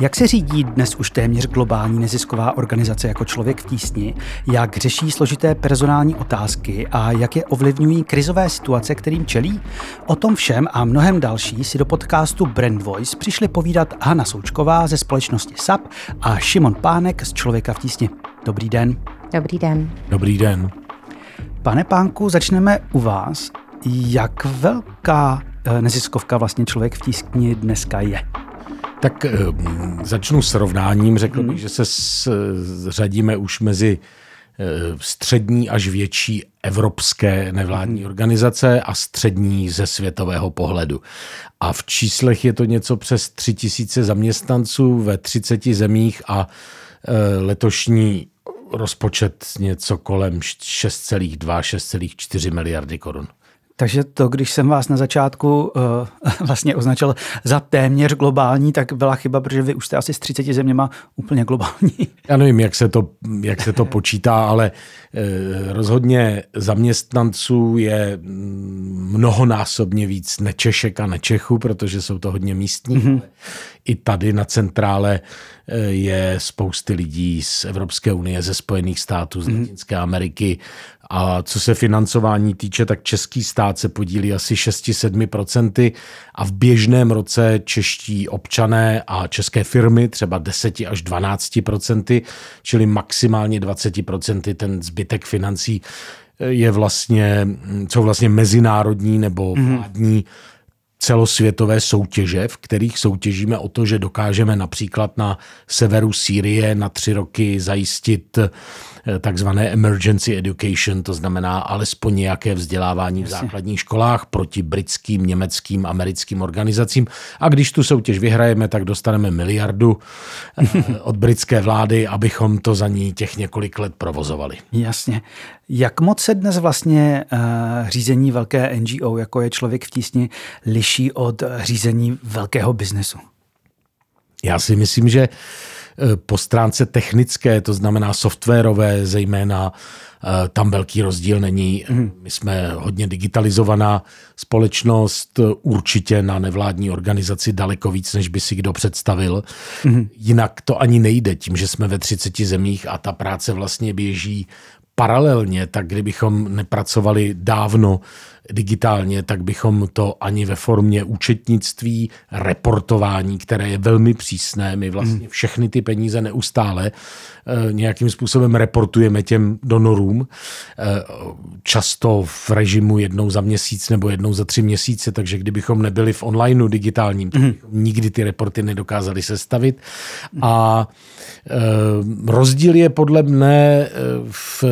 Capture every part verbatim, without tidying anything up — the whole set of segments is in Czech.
Jak se řídí dnes už téměř globální nezisková organizace jako Člověk v tísni, jak řeší složité personální otázky a jak je ovlivňují krizové situace, kterým čelí? O tom všem a mnohem další si do podcastu Brand Voice přišli povídat Hana Součková ze společnosti S A P a Šimon Pánek z Člověka v tísni. Dobrý den. Dobrý den. Dobrý den. Pane Pánku, začneme u vás. Jak velká neziskovka vlastně Člověk v tísni dneska je? Tak začnu srovnáním. Řekl bych, že se řadíme už mezi střední až větší evropské nevládní organizace a střední ze světového pohledu. A v číslech je to něco přes tři tisíce zaměstnanců ve třiceti zemích a letošní rozpočet něco kolem šest celá dva, šest celá čtyři miliardy korun. Takže to, když jsem vás na začátku uh, vlastně označil za téměř globální, tak byla chyba, protože vy už jste asi s třiceti zeměma úplně globální. Já nevím, jak se to, jak se to počítá, ale uh, rozhodně zaměstnanců je mnohonásobně víc nečešek a nečechů, protože jsou to hodně místní. Mm-hmm. I tady na centrále je spousty lidí z Evropské unie, ze Spojených států, z Latinské Ameriky. A co se financování týče, tak český stát se podílí asi šest až sedm procent a v běžném roce čeští občané a české firmy třeba deset až dvanáct procent, čili maximálně dvacet procent ten zbytek financí je vlastně, jsou vlastně mezinárodní nebo vládní celosvětové soutěže, v kterých soutěžíme o to, že dokážeme například na severu Sýrie na tři roky zajistit takzvané emergency education, to znamená alespoň nějaké vzdělávání v základních školách proti britským, německým, americkým organizacím. A když tu soutěž vyhrajeme, tak dostaneme miliardu od britské vlády, abychom to za ní těch několik let provozovali. Jasně. Jak moc se dnes vlastně uh, řízení velké N G O, jako je Člověk v tísni, liší od řízení velkého biznesu? Já si myslím, že po stránce technické, to znamená softwarové zejména, tam velký rozdíl není. My jsme hodně digitalizovaná společnost, určitě na nevládní organizaci daleko víc, než by si kdo představil. Mm. Jinak to ani nejde tím, že jsme ve třiceti zemích a ta práce vlastně běží paralelně, tak kdybychom nepracovali dávno digitálně, tak bychom to ani ve formě účetnictví, reportování, které je velmi přísné. My vlastně všechny ty peníze neustále nějakým způsobem reportujeme těm donorům. Často v režimu jednou za měsíc nebo jednou za tři měsíce, takže kdybychom nebyli v onlineu digitálním, tak bychom nikdy ty reporty nedokázali sestavit. A rozdíl je podle mne v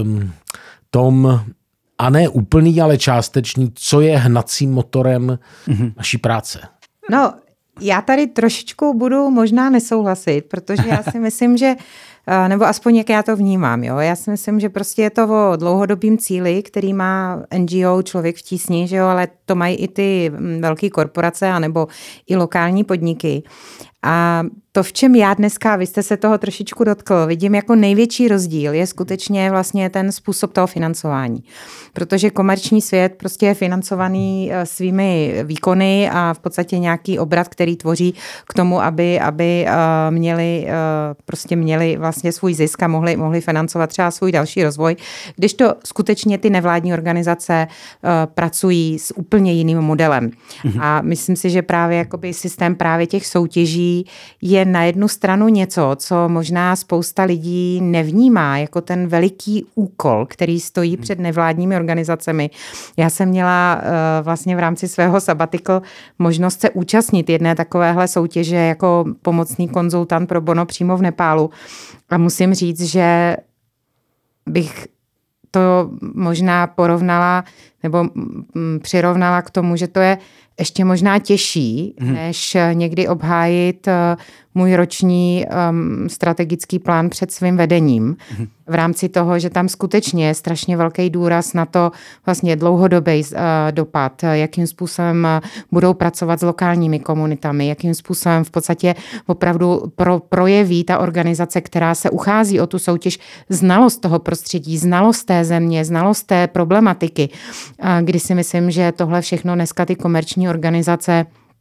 tom, a ne úplný, ale částečný, co je hnacím motorem mm-hmm. naší práce. No, já tady trošičku budu možná nesouhlasit, protože já si myslím, že nebo aspoň jak já to vnímám. Jo? Já si myslím, že prostě je to o dlouhodobým cíli, který má N G O Člověk v tísni, že jo? Ale to mají i ty velké korporace anebo i lokální podniky. A to, v čem já dneska, vy jste se toho trošičku dotkl, vidím jako největší rozdíl je skutečně vlastně ten způsob toho financování. Protože komerční svět prostě je financovaný svými výkony a v podstatě nějaký obrat, který tvoří k tomu, aby, aby měli, prostě měli vlastně svůj zisk a mohli, mohli financovat třeba svůj další rozvoj. Když to skutečně ty nevládní organizace pracují s úplně jiným modelem. Mhm. A myslím si, že právě jakoby systém právě těch soutěží je na jednu stranu něco, co možná spousta lidí nevnímá jako ten veliký úkol, který stojí před nevládními organizacemi. Já jsem měla uh, vlastně v rámci svého sabbatical možnost se účastnit jedné takovéhle soutěže jako pomocný konzultant pro Bono přímo v Nepálu. A musím říct, že bych to možná porovnala nebo mm, přirovnala k tomu, že to je ještě možná těžší, hmm. než někdy obhájit uh, můj roční um, strategický plán před svým vedením. Hmm. V rámci toho, že tam skutečně je strašně velký důraz na to vlastně dlouhodobý uh, dopad, jakým způsobem uh, budou pracovat s lokálními komunitami, jakým způsobem v podstatě opravdu pro, projeví ta organizace, která se uchází o tu soutěž, znalost toho prostředí, znalost té země, znalost té problematiky, uh, kdy si myslím, že tohle všechno dneska ty komerční organizace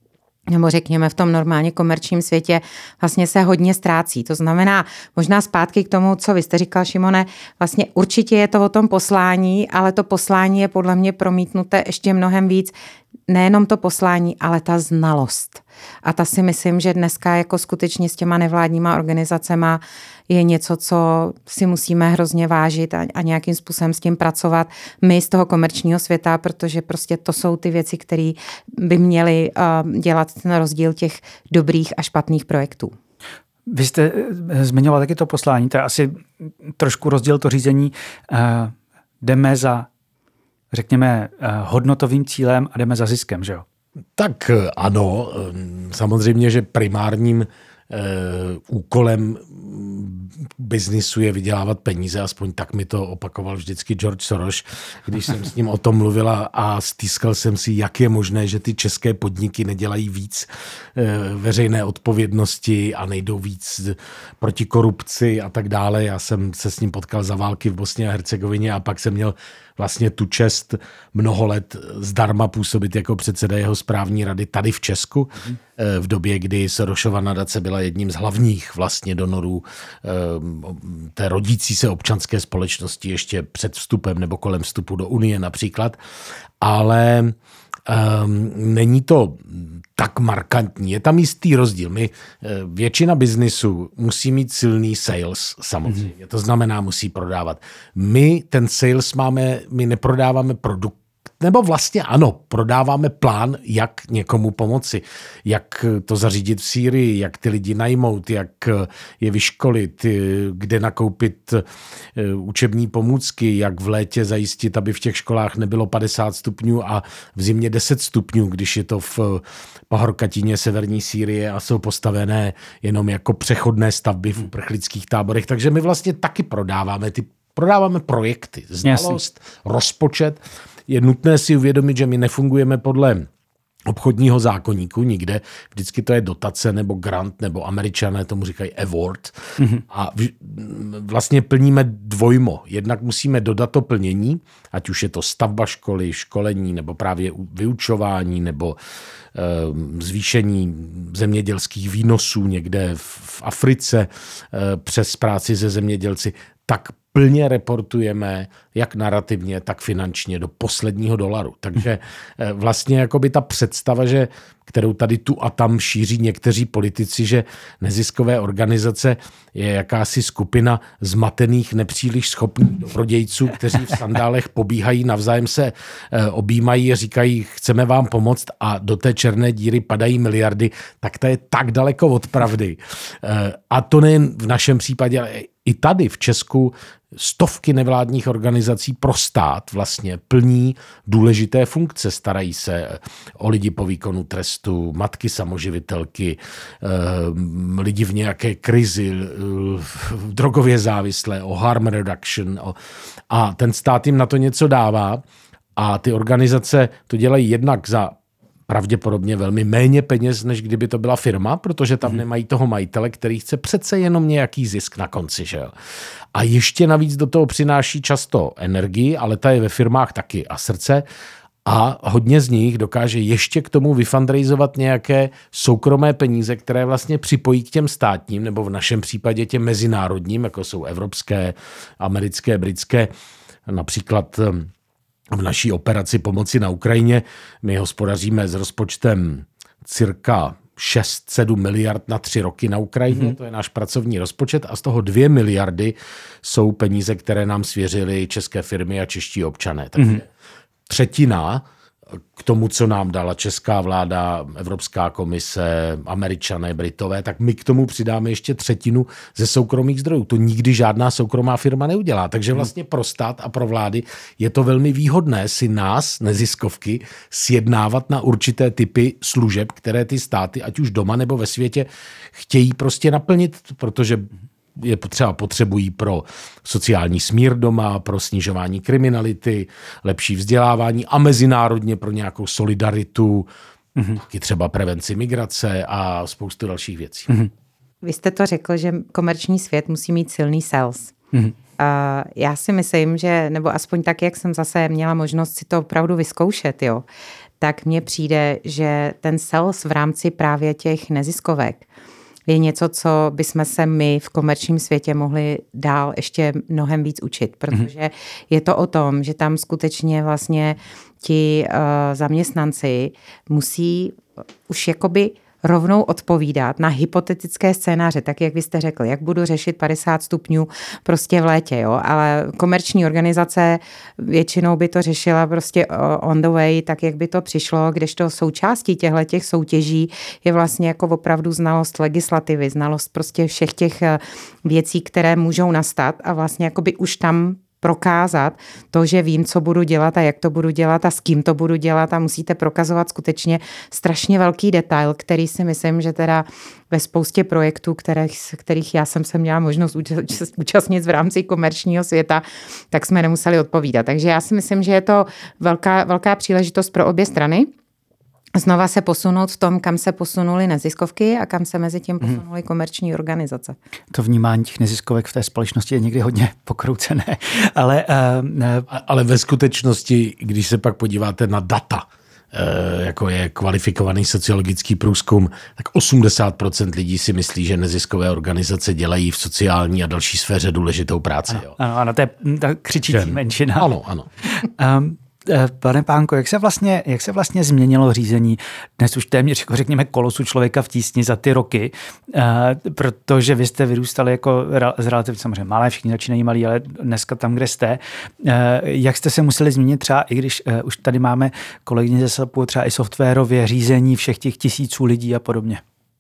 nebo řekněme v tom normálně komerčním světě, vlastně se hodně ztrácí. To znamená, možná zpátky k tomu, co vy jste říkal, Šimone, vlastně určitě je to o tom poslání, ale to poslání je podle mě promítnuté ještě mnohem víc. Nejenom to poslání, ale ta znalost. A ta si myslím, že dneska jako skutečně s těma nevládníma organizacema je něco, co si musíme hrozně vážit a, a nějakým způsobem s tím pracovat my z toho komerčního světa, protože prostě to jsou ty věci, které by měly uh, dělat ten rozdíl těch dobrých a špatných projektů. Vy jste zmiňoval taky to poslání, to je asi trošku rozdíl to řízení. Uh, jdeme za, řekněme, uh, hodnotovým cílem a jdeme za ziskem, že jo? Tak ano, samozřejmě, že primárním Uh, úkolem biznisu je vydělávat peníze, aspoň tak mi to opakoval vždycky George Soros, když jsem s ním o tom mluvila a stýskal jsem si, jak je možné, že ty české podniky nedělají víc uh, veřejné odpovědnosti a nejdou víc proti korupci a tak dále. Já jsem se s ním potkal za války v Bosně a Hercegovině a pak jsem měl vlastně tu čest mnoho let zdarma působit jako předseda jeho správní rady tady v Česku, mm. v době, kdy Sorosova nadace byla jedním z hlavních vlastně donorů té rodící se občanské společnosti ještě před vstupem nebo kolem vstupu do Unie například, ale um, není to tak markantní. Je tam jistý rozdíl. My, většina biznisu musí mít silný sales samozřejmě. To znamená, musí prodávat. My ten sales máme, my neprodáváme produkt, nebo vlastně ano, prodáváme plán, jak někomu pomoci, jak to zařídit v Sýrii, jak ty lidi najmout, jak je vyškolit, kde nakoupit učební pomůcky, jak v létě zajistit, aby v těch školách nebylo padesát stupňů a v zimě deset stupňů, když je to v pahorkatině severní Sýrie a jsou postavené jenom jako přechodné stavby v uprchlických táborech. Takže my vlastně taky prodáváme ty prodáváme projekty, znalost, rozpočet. Je nutné si uvědomit, že my nefungujeme podle obchodního zákoníku nikde. Vždycky to je dotace nebo grant, nebo Američané tomu říkají award. Mm-hmm. A vlastně plníme dvojmo. Jednak musíme dodat to plnění, ať už je to stavba školy, školení, nebo právě vyučování, nebo e, zvýšení zemědělských výnosů někde v, v Africe e, přes práci se zemědělci, tak plně reportujeme jak narrativně, tak finančně do posledního dolaru. Takže vlastně jakoby ta představa, že, kterou tady tu a tam šíří někteří politici, že neziskové organizace je jakási skupina zmatených, nepříliš schopných dobrodějců, kteří v sandálech pobíhají, navzájem se objímají a říkají, chceme vám pomoct a do té černé díry padají miliardy, tak to je tak daleko od pravdy. A to nejen v našem případě, ale i tady v Česku stovky nevládních organizací pro stát vlastně plní důležité funkce. Starají se o lidi po výkonu trestu, matky samoživitelky, lidi v nějaké krizi, drogově závislé, o harm reduction. A ten stát jim na to něco dává a ty organizace to dělají jednak za pravděpodobně velmi méně peněz, než kdyby to byla firma, protože tam hmm. nemají toho majitele, který chce přece jenom nějaký zisk na konci. Že jo? A ještě navíc do toho přináší často energii, ale ta je ve firmách taky a srdce. A hodně z nich dokáže ještě k tomu vyfundraizovat nějaké soukromé peníze, které vlastně připojí k těm státním, nebo v našem případě těm mezinárodním, jako jsou evropské, americké, britské, například v naší operaci pomoci na Ukrajině. My hospodaříme s rozpočtem cirka šest sedm miliard na tři roky na Ukrajině, mm-hmm. to je náš pracovní rozpočet a z toho dvě miliardy jsou peníze, které nám svěřily české firmy a čeští občané. Takže mm-hmm. třetina k tomu, co nám dala česká vláda, Evropská komise, Američané, Britové, tak my k tomu přidáme ještě třetinu ze soukromých zdrojů. To nikdy žádná soukromá firma neudělá. Takže vlastně pro stát a pro vlády je to velmi výhodné si nás, neziskovky, sjednávat na určité typy služeb, které ty státy, ať už doma nebo ve světě, chtějí prostě naplnit, protože je potřeba, potřebují pro sociální smír doma, pro snižování kriminality, lepší vzdělávání a mezinárodně pro nějakou solidaritu, mm-hmm. taky třeba prevenci migrace a spoustu dalších věcí. Mm-hmm. Vy jste to řekl, že komerční svět musí mít silný sales. Mm-hmm. Uh, já si myslím, že, nebo aspoň tak, jak jsem zase měla možnost si to opravdu vyzkoušet, jo, tak mně přijde, že ten sales v rámci právě těch neziskovek je něco, co bychom se my v komerčním světě mohli dál ještě mnohem víc učit, protože mm-hmm. je to o tom, že tam skutečně vlastně ti uh, zaměstnanci musí už jakoby rovnou odpovídat na hypotetické scénáře, tak jak vy jste řekl, jak budu řešit padesát stupňů prostě v létě, jo, ale komerční organizace většinou by to řešila prostě on the way, tak jak by to přišlo, kdežto součástí těchto soutěží je vlastně jako opravdu znalost legislativy, znalost prostě všech těch věcí, které můžou nastat a vlastně jakoby už tam prokázat to, že vím, co budu dělat a jak to budu dělat a s kým to budu dělat a musíte prokazovat skutečně strašně velký detail, který si myslím, že teda ve spoustě projektů, kterých, kterých já jsem se měla možnost účastnit v rámci komerčního světa, tak jsme nemuseli odpovídat. Takže já si myslím, že je to velká, velká příležitost pro obě strany. Znova se posunout v tom, kam se posunuly neziskovky a kam se mezi tím posunuly komerční organizace. To vnímání těch neziskovek v té společnosti je někdy hodně pokroucené, ale... Uh, uh, ale ve skutečnosti, když se pak podíváte na data, uh, jako je kvalifikovaný sociologický průzkum, tak osmdesát procent lidí si myslí, že neziskové organizace dělají v sociální a další sféře důležitou práci. Ano, jo. ano, ano, to je ta křičící Že, menšina. Ano, ano. Um, Pane Pánko, jak se vlastně, jak se vlastně změnilo řízení dnes už téměř, jako řekněme, kolosu Člověka v tísni za ty roky, uh, protože vy jste vyrůstali jako z relativně samozřejmě malé, všichni začínají malí, ale dneska tam, kde jste. Uh, jak jste se museli změnit třeba, i když uh, už tady máme kolegyně ze S A P, třeba i softwarově řízení všech těch tisíců lidí a podobně?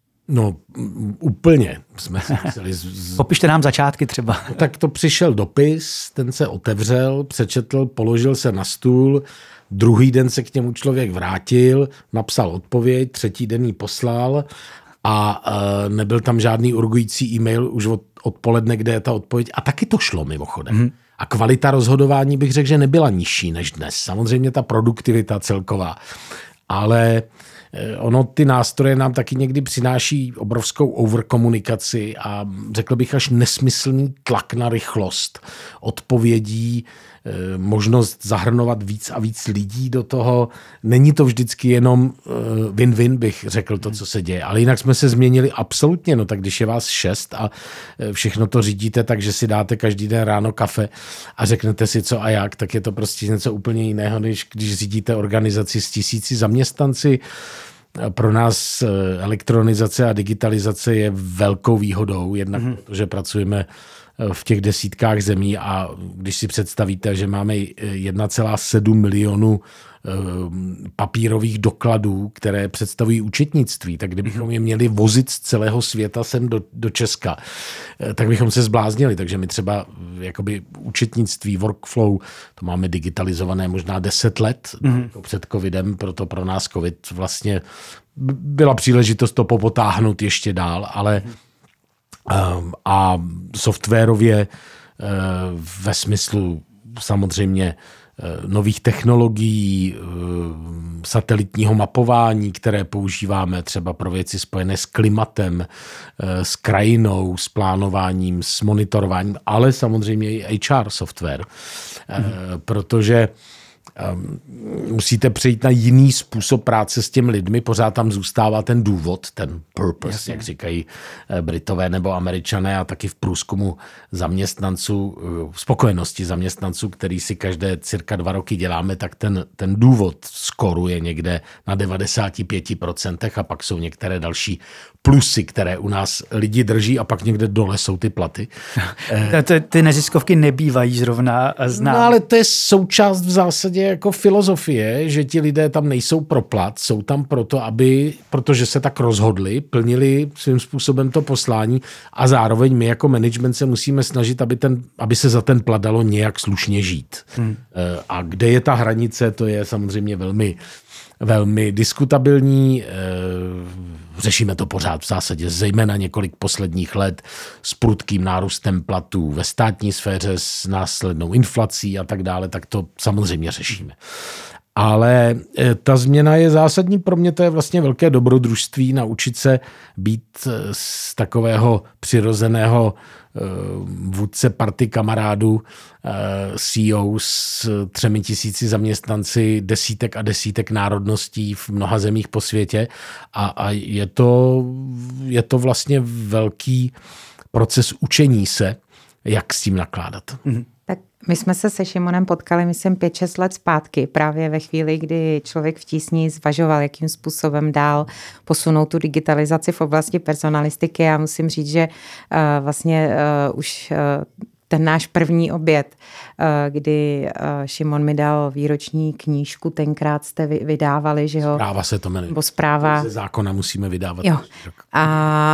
No úplně jsme si museli... Z... Popište nám začátky třeba. No, tak to přišel dopis, ten se otevřel, přečetl, položil se na stůl, druhý den se k němu člověk vrátil, napsal odpověď, třetí den ji poslal a uh, nebyl tam žádný urgující e-mail už od odpoledne, kde je ta odpověď. A taky to šlo mimochodem. Mm. A kvalita rozhodování bych řekl, že nebyla nižší než dnes. Samozřejmě ta produktivita celková. Ale ono ty nástroje nám taky někdy přináší obrovskou overkomunikaci a řekl bych až nesmyslný tlak na rychlost odpovědí, možnost zahrnovat víc a víc lidí do toho. Není to vždycky jenom win-win, bych řekl to, co se děje. Ale jinak jsme se změnili absolutně. No tak když je vás šest a všechno to řídíte, takže si dáte každý den ráno kafe a řeknete si co a jak, tak je to prostě něco úplně jiného, než když řídíte organizaci s tisíci zaměstnanci. Pro nás elektronizace a digitalizace je velkou výhodou, jednak mm-hmm. protože pracujeme v těch desítkách zemí a když si představíte, že máme jedna celá sedm milionu papírových dokladů, které představují účetnictví, tak kdybychom je měli vozit z celého světa sem do, do Česka, tak bychom se zbláznili. Takže my třeba jakoby účetnictví, workflow, to máme digitalizované možná deset let mm. jako před covidem, proto pro nás covid vlastně byla příležitost to popotáhnout ještě dál, ale mm. a softwarově ve smyslu samozřejmě nových technologií, satelitního mapování, které používáme třeba pro věci spojené s klimatem, s krajinou, s plánováním, s monitorováním, ale samozřejmě i H R software, mm. protože Um, musíte přejít na jiný způsob práce s těmi lidmi, pořád tam zůstává ten důvod, ten purpose, Jasně. jak říkají Britové nebo Američané, a taky v průzkumu zaměstnanců, spokojenosti zaměstnanců, který si každé cirka dva roky děláme, tak ten, ten důvod skoru je někde na devadesát pět procent a pak jsou některé další plusy, které u nás lidi drží a pak někde dole jsou ty platy. ty, ty neziskovky nebývají zrovna známé. No ale to je součást v zásadě jako filozofie, že ti lidé tam nejsou pro plat, jsou tam proto, aby, protože se tak rozhodli, plnili svým způsobem to poslání a zároveň my jako management se musíme snažit, aby, ten, aby se za ten plat dalo nějak slušně žít. Hmm. A kde je ta hranice, to je samozřejmě velmi velmi diskutabilní. Řešíme to pořád v zásadě zejména několik posledních let s prudkým nárůstem platů ve státní sféře s následnou inflací a tak dále, tak to samozřejmě řešíme. Ale ta změna je zásadní. Pro mě to je vlastně velké dobrodružství naučit se být z takového přirozeného vůdce party kamarádů, C E O s třemi tisíci zaměstnanci, desítek a desítek národností v mnoha zemích po světě a, a je to, je to vlastně velký proces učení se, jak s tím nakládat. Mm-hmm. Tak my jsme se se Šimonem potkali, myslím, pět šest let zpátky, právě ve chvíli, kdy Člověk v tísni zvažoval, jakým způsobem dál posunout tu digitalizaci v oblasti personalistiky. Já musím říct, že uh, vlastně uh, už uh, ten náš první oběd, kdy Šimon mi dal výroční knížku, tenkrát jste vydávali, že jo? Zpráva se to jmenuje. Nebo zpráva. Ze zákona musíme vydávat. Jo. A,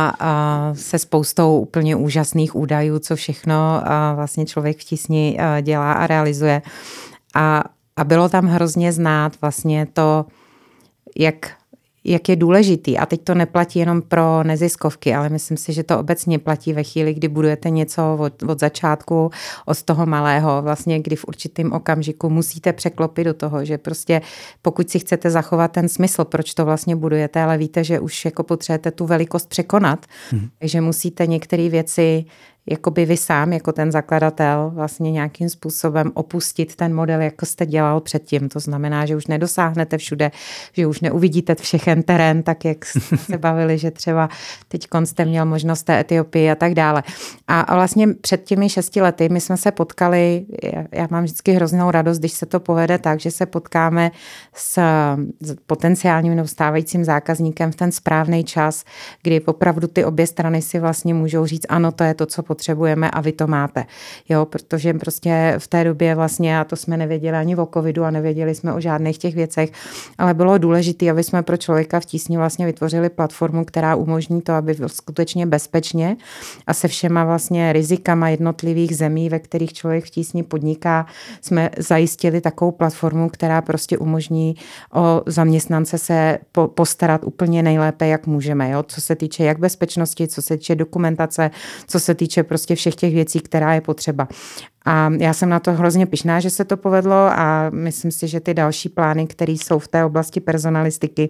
a se spoustou úplně úžasných údajů, co všechno a vlastně Člověk v tísni dělá a realizuje. A, a bylo tam hrozně znát vlastně to, jak jak je důležitý. A teď to neplatí jenom pro neziskovky, ale myslím si, že to obecně platí ve chvíli, kdy budujete něco od, od začátku, od toho malého, vlastně kdy v určitém okamžiku musíte překlopit do toho, že prostě pokud si chcete zachovat ten smysl, proč to vlastně budujete, ale víte, že už jako potřebujete tu velikost překonat, hmm. takže musíte některé věci jakoby vy sám, jako ten zakladatel, vlastně nějakým způsobem opustit ten model, jako jste dělal předtím. To znamená, že už nedosáhnete všude, že už neuvidíte všechen terén, tak jak jste se bavili, že třeba teď jste měl možnost té Etiopii a tak dále. A vlastně před těmi šesti lety my jsme se potkali, já mám vždycky hroznou radost, když se to povede tak, že se potkáme s potenciálním nebo stávajícím zákazníkem v ten správný čas, kdy opravdu ty obě strany si vlastně můžou říct, ano, to je to, co potřebujeme a vy to máte. Jo, protože prostě v té době vlastně, a to jsme nevěděli ani o covidu a nevěděli jsme o žádných těch věcech, ale bylo důležité, aby jsme pro Člověka v tísni vlastně vytvořili platformu, která umožní to, aby byl skutečně bezpečně a se všema vlastně rizikama jednotlivých zemí, ve kterých Člověk v tísni podniká, jsme zajistili takovou platformu, která prostě umožní o zaměstnance se po, postarat úplně nejlépe, jak můžeme. Jo? Co se týče jak bezpečnosti, co se týče dokumentace, co se týče prostě všech těch věcí, která je potřeba. A já jsem na to hrozně pyšná, že se to povedlo a myslím si, že ty další plány, které jsou v té oblasti personalistiky,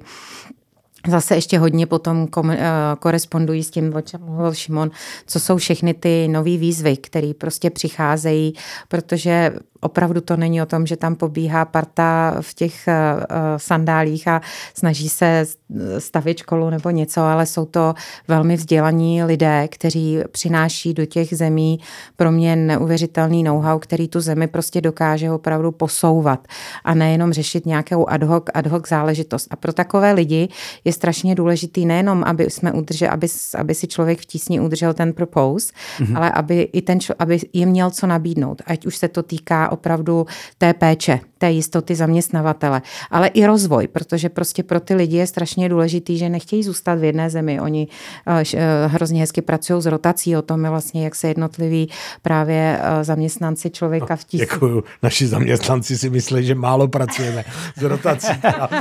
zase ještě hodně potom kom, korespondují s tím, o čem mluvil Šimon, co jsou všechny ty nový výzvy, které prostě přicházejí, protože opravdu to není o tom, že tam pobíhá parta v těch uh, sandálích a snaží se stavět školu nebo něco, ale jsou to velmi vzdělaní lidé, kteří přináší do těch zemí pro mě neuvěřitelný know-how, který tu zemi prostě dokáže opravdu posouvat a nejenom řešit nějakou ad hoc, ad hoc záležitost. A pro takové lidi je strašně důležitý nejenom, aby jsme udrželi, aby, aby si Člověk v tísni udržel ten purpose, mm-hmm. ale aby i ten, aby jim měl co nabídnout. Ať už se to týká opravdu té péče, té jistoty zaměstnavatele, ale i rozvoj, protože prostě pro ty lidi je strašně důležitý, že nechtějí zůstat v jedné zemi. Oni uh, hrozně hezky pracují s rotací, o tom je vlastně, jak se jednotliví právě uh, zaměstnanci Člověka v tísni. Děkuju. Naši zaměstnanci si myslí, že málo pracujeme s rotací.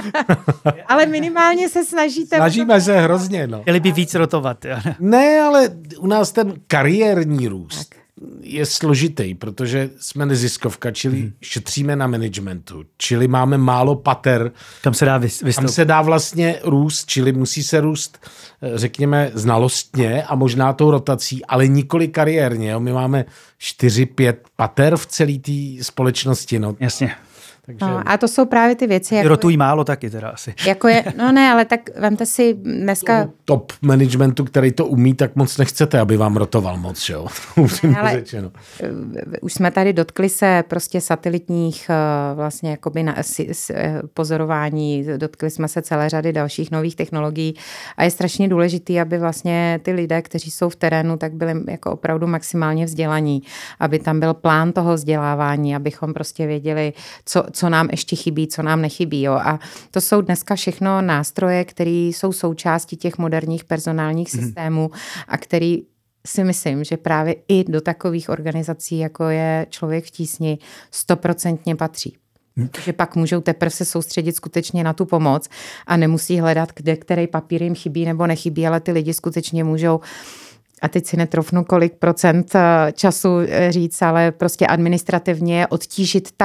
Ale minimálně se snažíte. Snažíme se hrozně, no. Chtěli by víc rotovat. Jo? Ne, ale u nás ten kariérní růst tak je složitý, protože jsme neziskovka, čili hmm. šetříme na managementu, čili máme málo pater. Tam se dá vystoupit. Tam se dá vlastně růst, čili musí se růst, řekněme, znalostně a možná tou rotací, ale nikoli kariérně. Jo? My máme čtyři, pět pater v celé té společnosti. No. Jasně. Takže... No, a to jsou právě ty věci. Jako rotují málo taky teda asi. Jako je, no ne, ale tak vemte si dneska... Top managementu, který to umí, tak moc nechcete, aby vám rotoval moc, jo. Ale řečeno. Už jsme tady dotkli se prostě satelitních vlastně jakoby na pozorování, dotkli jsme se celé řady dalších nových technologií a je strašně důležitý, aby vlastně ty lidé, kteří jsou v terénu, tak byli jako opravdu maximálně vzdělaní, aby tam byl plán toho vzdělávání, abychom prostě věděli, co co nám ještě chybí, co nám nechybí. Jo. A to jsou dneska všechno nástroje, které jsou součástí těch moderních personálních systémů a který si myslím, že právě i do takových organizací, jako je Člověk v tísni, stoprocentně patří. Že pak můžou teprve se soustředit skutečně na tu pomoc a nemusí hledat, kde který papír jim chybí nebo nechybí, ale ty lidi skutečně můžou, a teď si netrofnu kolik procent času říct, ale prostě administrativně odtížit tak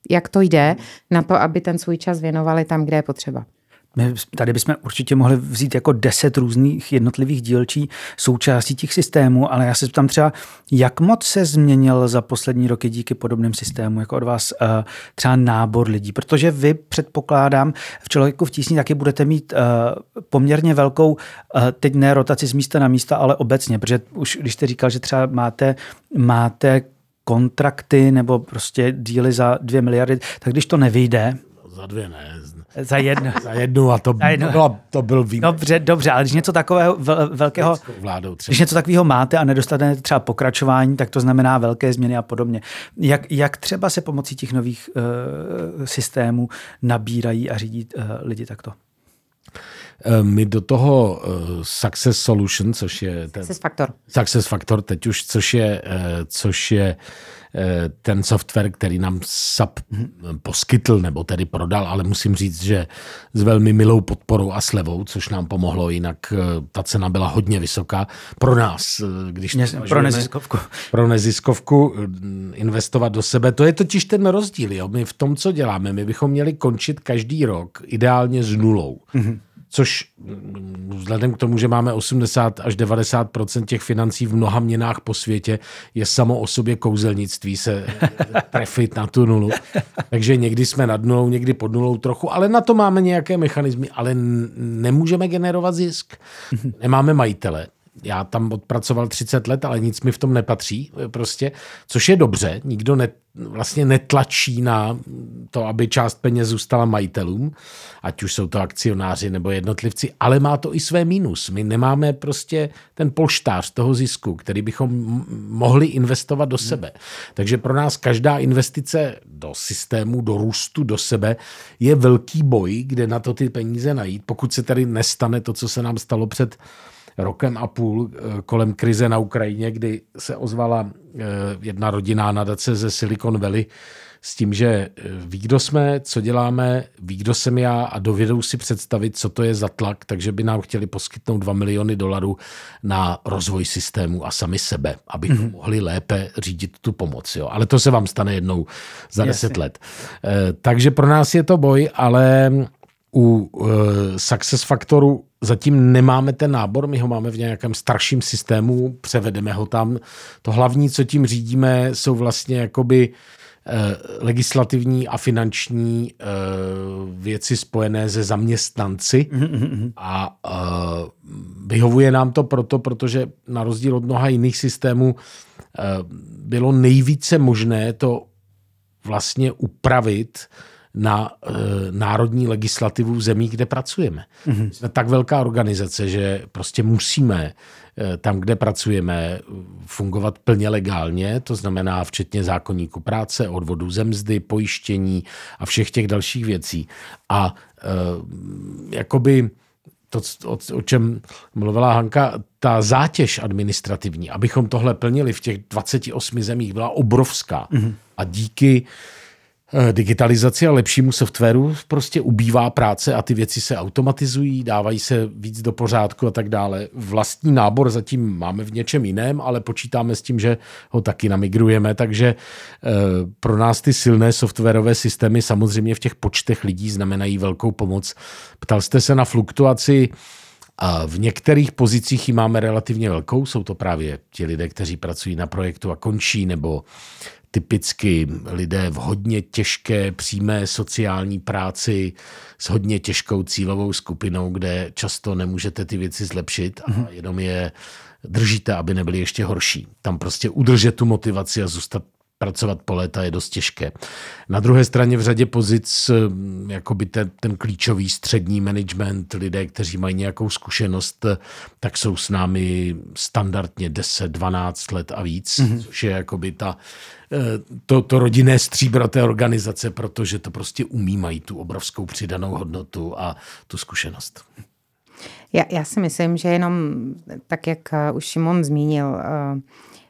jak to jde na to, aby ten svůj čas věnovali tam, kde je potřeba. My tady bychom určitě mohli vzít jako deset různých jednotlivých dílčí součástí těch systémů, ale já se ptám třeba, jak moc se změnil za poslední roky díky podobným systémům, jako od vás třeba nábor lidí, protože vy, předpokládám, v Člověku v tísni taky budete mít poměrně velkou, teď ne rotaci z místa na místa, ale obecně, protože už když jste říkal, že třeba máte, máte kontrakty nebo prostě díly za dvě miliardy, tak když to nevyjde, za dvě ne. Za jednu. Za jednu a to, jednu. Bylo, to byl výjimka. Dobře, dobře, ale když něco takového velkého, vládou když něco takového máte a nedostanete třeba pokračování, tak to znamená velké změny a podobně. Jak, jak třeba se pomocí těch nových uh, systémů nabírají a řídí uh, lidi takto? My do toho uh, Success Solution, což je ten, Success Factor. Success Factor teď už, což je, uh, což je uh, ten software, který nám S A P poskytl, nebo tedy prodal, ale musím říct, že s velmi milou podporou a slevou, což nám pomohlo, jinak uh, ta cena byla hodně vysoká pro nás. Uh, když Mě, pro neziskovku. Pro neziskovku uh, investovat do sebe. To je totiž ten rozdíl. Jo? My v tom, co děláme, my bychom měli končit každý rok ideálně s nulou. Mm-hmm. Což vzhledem k tomu, že máme osmdesát až devadesát procent těch financí v mnoha měnách po světě, je samo o sobě kouzelnictví se trefit na tu nulu. Takže někdy jsme nad nulou, někdy pod nulou trochu, ale na to máme nějaké mechanismy, ale nemůžeme generovat zisk. Nemáme majitele. Já tam odpracoval třicet let, ale nic mi v tom nepatří, prostě, což je dobře. Nikdo ne, vlastně netlačí na to, aby část peněz zůstala majitelům, ať už jsou to akcionáři nebo jednotlivci, ale má to i své mínus. My nemáme prostě ten polštář toho zisku, který bychom mohli investovat do sebe. Takže pro nás každá investice do systému, do růstu, do sebe je velký boj, kde na to ty peníze najít. Pokud se tady nestane to, co se nám stalo před rokem a půl kolem krize na Ukrajině, kdy se ozvala jedna rodinná nadace ze Silicon Valley s tím, že ví, kdo jsme, co děláme, ví, kdo jsem já a dovedou si představit, co to je za tlak, takže by nám chtěli poskytnout dva miliony dolarů na rozvoj systému a sami sebe, aby mm-hmm. mohli lépe řídit tu pomoc. Jo. Ale to se vám stane jednou za deset Jasně. let. Takže pro nás je to boj, ale u uh, Success Factoru zatím nemáme ten nábor, my ho máme v nějakém starším systému, převedeme ho tam. To hlavní, co tím řídíme, jsou vlastně jakoby uh, legislativní a finanční uh, věci spojené se zaměstnanci mm-hmm. a uh, vyhovuje nám to proto, protože na rozdíl od mnoha jiných systémů uh, bylo nejvíce možné to vlastně upravit na e, národní legislativu v zemích, kde pracujeme. Mm-hmm. Jsme tak velká organizace, že prostě musíme e, tam, kde pracujeme, fungovat plně legálně, to znamená včetně zákoníku práce, odvodů ze mzdy, pojištění a všech těch dalších věcí. A e, jakoby to, o, o čem mluvila Hanka, ta zátěž administrativní, abychom tohle plnili v těch dvaceti osmi zemích, byla obrovská. Mm-hmm. A díky digitalizaci a lepšímu softwaru prostě ubývá práce a ty věci se automatizují, dávají se víc do pořádku a tak dále. Vlastní nábor zatím máme v něčem jiném, ale počítáme s tím, že ho taky namigrujeme, takže e, pro nás ty silné softwarové systémy samozřejmě v těch počtech lidí znamenají velkou pomoc. Ptal jste se na fluktuaci. A v některých pozicích ji máme relativně velkou, jsou to právě ti lidé, kteří pracují na projektu a končí, nebo typicky lidé v hodně těžké přímé sociální práci s hodně těžkou cílovou skupinou, kde často nemůžete ty věci zlepšit a jenom je držíte, aby nebyly ještě horší. Tam prostě udržet tu motivaci a zůstat pracovat po léta je dost těžké. Na druhé straně v řadě pozic jakoby ten, ten klíčový střední management, lidé, kteří mají nějakou zkušenost, tak jsou s námi standardně deset dvanáct let a víc, mm-hmm. což je jakoby ta, to, to rodinné stříbro té organizace, protože to prostě umí, mají tu obrovskou přidanou hodnotu a tu zkušenost. Já, já si myslím, že jenom tak, jak už Šimon zmínil,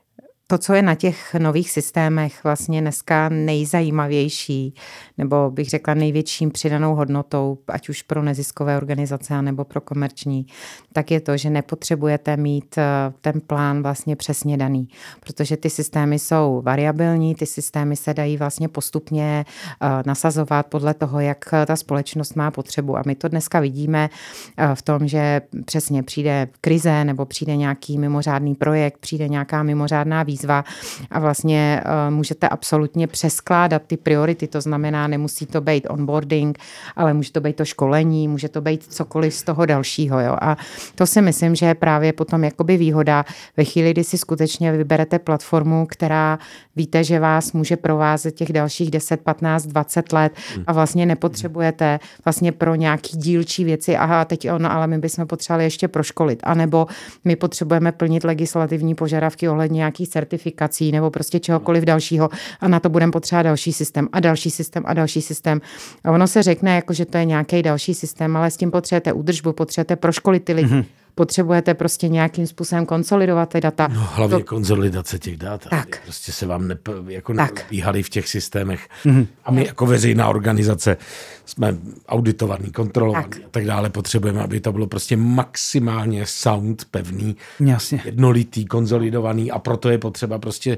to, co je na těch nových systémech vlastně dneska nejzajímavější, nebo bych řekla největším přidanou hodnotou, ať už pro neziskové organizace, nebo pro komerční, tak je to, že nepotřebujete mít ten plán vlastně přesně daný, protože ty systémy jsou variabilní, ty systémy se dají vlastně postupně nasazovat podle toho, jak ta společnost má potřebu. A my to dneska vidíme v tom, že přesně přijde krize, nebo přijde nějaký mimořádný projekt, přijde nějaká mimořádná výzva a vlastně uh, můžete absolutně přeskládat ty priority, to znamená, nemusí to být onboarding, ale může to být to školení, může to být cokoliv z toho dalšího. Jo? A to si myslím, že je právě potom jakoby výhoda ve chvíli, kdy si skutečně vyberete platformu, která víte, že vás může provázet těch dalších deset, patnáct, dvacet let a vlastně nepotřebujete vlastně pro nějaký dílčí věci, aha, teď ono, ale my bychom potřebovali ještě proškolit, anebo my potřebujeme plnit legislativní požadavky ohledně nějakých certifikací nebo prostě čehokoliv dalšího a na to budeme potřebovat další systém a další systém a další systém. A ono se řekne, jako, že to je nějaký další systém, ale s tím potřebujete údržbu, potřebujete proškolit ty lidi. Mm-hmm. Potřebujete prostě nějakým způsobem konsolidovat ty data. No hlavně to... konsolidace těch dat. Tak. Prostě se vám nep, jako tak. nepíhali v těch systémech. Mm-hmm. A my jako veřejná organizace jsme auditovaný, kontrolovaný tak. a tak dále. Potřebujeme, aby to bylo prostě maximálně sound, pevný, Jasně. jednolitý, konsolidovaný a proto je potřeba prostě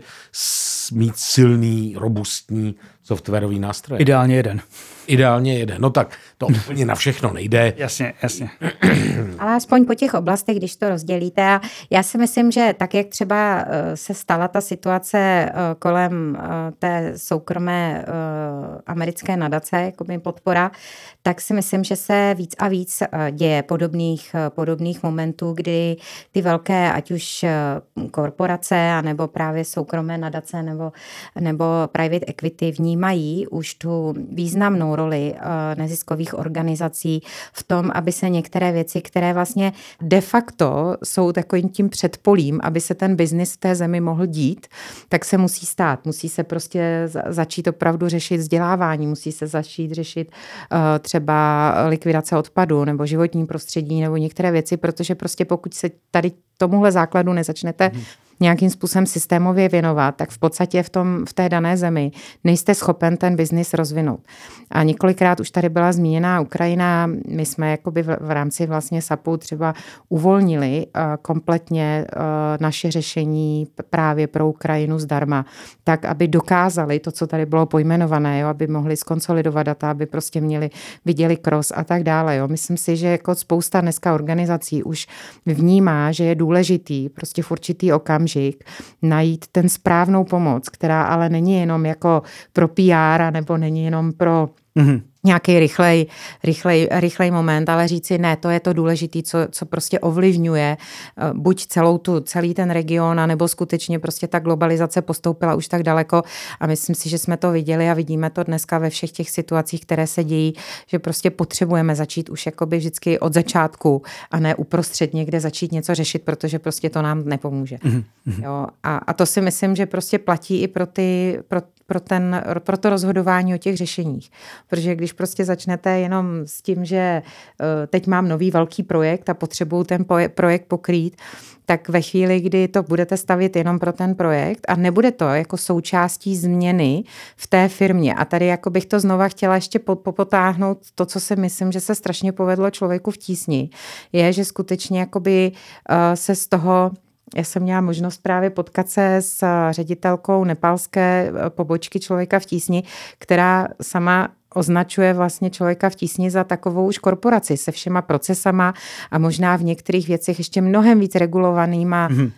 mít silný, robustní softwarový nástroj. Ideálně jeden. Ideálně jeden. No tak to úplně na všechno nejde. Jasně, jasně. Ale aspoň po těch oblastech, když to rozdělíte. A já si myslím, že tak, jak třeba se stala ta situace kolem té soukromé americké nadace, jako by podpora, tak si myslím, že se víc a víc děje podobných, podobných momentů, kdy ty velké, ať už korporace, anebo právě soukromé nadace, nebo, nebo private equity vnímají už tu významnou roli neziskových organizací v tom, aby se některé věci, které vlastně de facto jsou takovým tím předpolím, aby se ten biznis v té zemi mohl dít, tak se musí stát. Musí se prostě začít opravdu řešit vzdělávání, musí se začít řešit uh, třeba likvidace odpadu nebo životní prostředí nebo některé věci, protože prostě pokud se tady tomuhle základu nezačnete hmm. nějakým způsobem systémově věnovat, tak v podstatě v, tom, v té dané zemi nejste schopen ten biznis rozvinout. A několikrát už tady byla zmíněná Ukrajina, my jsme jakoby v, v rámci vlastně SAPu třeba uvolnili uh, kompletně uh, naše řešení právě pro Ukrajinu zdarma, tak, aby dokázali to, co tady bylo pojmenované, jo, aby mohli skonsolidovat data, aby prostě měli, viděli cross a tak dále. Jo. Myslím si, že jako spousta dneska organizací už vnímá, že je důležitý prostě v určitý okamžik najít ten správnou pomoc, která ale není jenom jako pro P R, nebo není jenom pro mm-hmm. nějaký rychlej, rychlej, rychlej moment, ale říci ne, to je to důležitý, co, co prostě ovlivňuje buď celou tu, celý ten region, nebo skutečně prostě ta globalizace postoupila už tak daleko a myslím si, že jsme to viděli a vidíme to dneska ve všech těch situacích, které se dějí, že prostě potřebujeme začít už jakoby vždycky od začátku a ne uprostřed někde začít něco řešit, protože prostě to nám nepomůže. Mm-hmm. Jo, a, a to si myslím, že prostě platí i pro ty, pro, pro, ten, pro to rozhodování o těch řešeních. Protože když prostě začnete jenom s tím, že teď mám nový velký projekt a potřebuju ten projekt pokrýt, tak ve chvíli, kdy to budete stavět jenom pro ten projekt a nebude to jako součástí změny v té firmě. A tady jako bych to znova chtěla ještě popotáhnout to, co si myslím, že se strašně povedlo Člověku v tísni, je, že skutečně jakoby se z toho... Já jsem měla možnost právě potkat se s ředitelkou nepálské pobočky Člověka v tísni, která sama označuje vlastně Člověka v tísni za takovou už korporaci se všema procesama a možná v některých věcech ještě mnohem víc regulovanýma mm-hmm.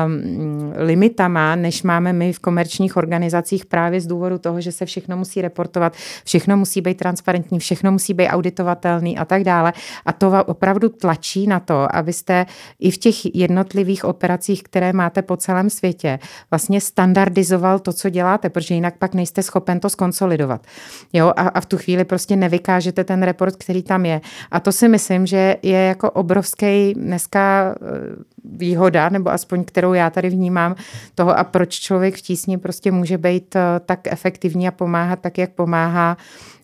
um, limitama, než máme my v komerčních organizacích právě z důvodu toho, že se všechno musí reportovat, všechno musí být transparentní, všechno musí být auditovatelný a tak dále. A to opravdu tlačí na to, abyste i v těch jednotlivých operacích, které máte po celém světě, vlastně standardizoval to, co děláte, protože jinak pak nejste schopen to skonsolidovat. Jo, a, a v tu chvíli prostě nevykážete ten report, který tam je. A to si myslím, že je jako obrovský dneska výhoda, nebo aspoň kterou já tady vnímám toho a proč Člověk v tísni prostě může být tak efektivní a pomáhat tak, jak pomáhá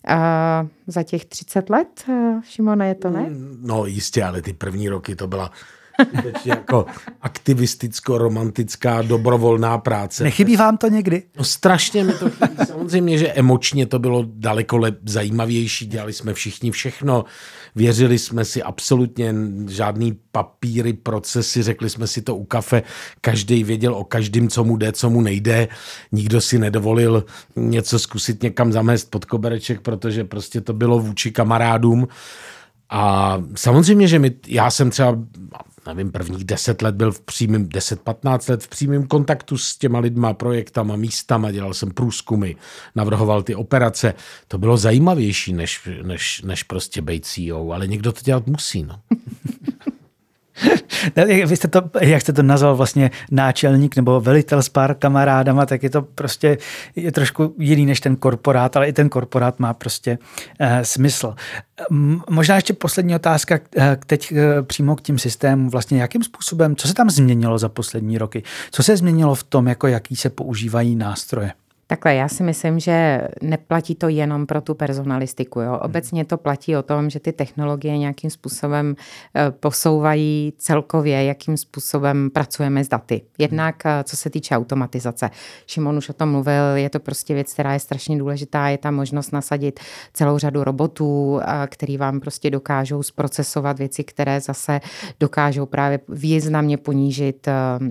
a za těch třicet let. Šimone, je to ne? No jistě, ale ty první roky to byla skutečně jako aktivisticko-romantická dobrovolná práce. Nechybí vám to někdy? No strašně mi to chybí. Samozřejmě, že emočně to bylo daleko lep, zajímavější, dělali jsme všichni všechno, věřili jsme si absolutně žádný papíry, procesy, řekli jsme si to u kafe, každý věděl o každém, co mu jde, co mu nejde, nikdo si nedovolil něco zkusit někam zamést pod kobereček, protože prostě to bylo vůči kamarádům. A samozřejmě, že my, já jsem třeba, nevím, prvních deset let byl v přímém, deset patnáct let v přímém kontaktu s těma lidma, projektama, místama, dělal jsem průzkumy, navrhoval ty operace. To bylo zajímavější, než, než, než prostě být C E O, ale někdo to dělat musí, no. Vy jste to, jak jste to nazval vlastně náčelník nebo velitel s pár kamarádama, tak je to prostě je trošku jiný než ten korporát, ale i ten korporát má prostě eh, smysl. Možná ještě poslední otázka eh, teď eh, přímo k tím systémům. Vlastně jakým způsobem, co se tam změnilo za poslední roky? Co se změnilo v tom, jako jaký se používají nástroje? Takhle, já si myslím, že neplatí to jenom pro tu personalistiku. Jo? Obecně to platí o tom, že ty technologie nějakým způsobem posouvají celkově, jakým způsobem pracujeme s daty. Jednak, co se týče automatizace. Šimon už o tom mluvil, je to prostě věc, která je strašně důležitá. Je tam možnost nasadit celou řadu robotů, který vám prostě dokážou zprocesovat věci, které zase dokážou právě významně ponížit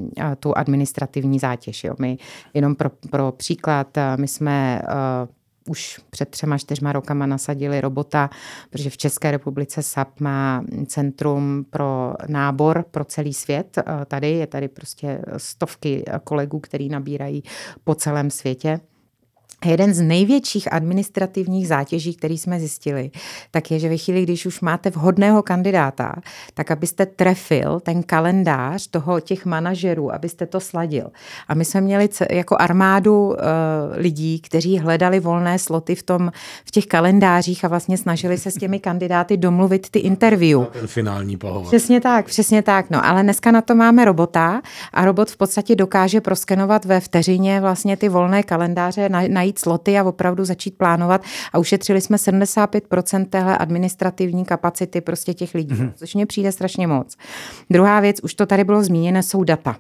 tu administrativní zátěž. Jo? My jenom pro, pro příklad my jsme uh, už před třema, čtyřma rokama nasadili robota, protože v České republice S A P má centrum pro nábor pro celý svět. Uh, tady je tady prostě stovky kolegů, který nabírají po celém světě. Jeden z největších administrativních zátěží, který jsme zjistili, tak je, že ve chvíli, když už máte vhodného kandidáta, tak abyste trefil ten kalendář toho těch manažerů, abyste to sladil. A my jsme měli jako armádu uh, lidí, kteří hledali volné sloty v, tom, v těch kalendářích a vlastně snažili se s těmi kandidáty domluvit ty interview. Ten finální pohovor. Přesně tak, přesně tak. No, ale dneska na to máme robota a robot v podstatě dokáže proskenovat ve vteřině vlastně ty volné kalendáře, najít sloty a opravdu začít plánovat a ušetřili jsme sedmdesát pět procent téhle administrativní kapacity prostě těch lidí, mm-hmm. což mně přijde strašně moc. Druhá věc, už to tady bylo zmíněno, jsou data.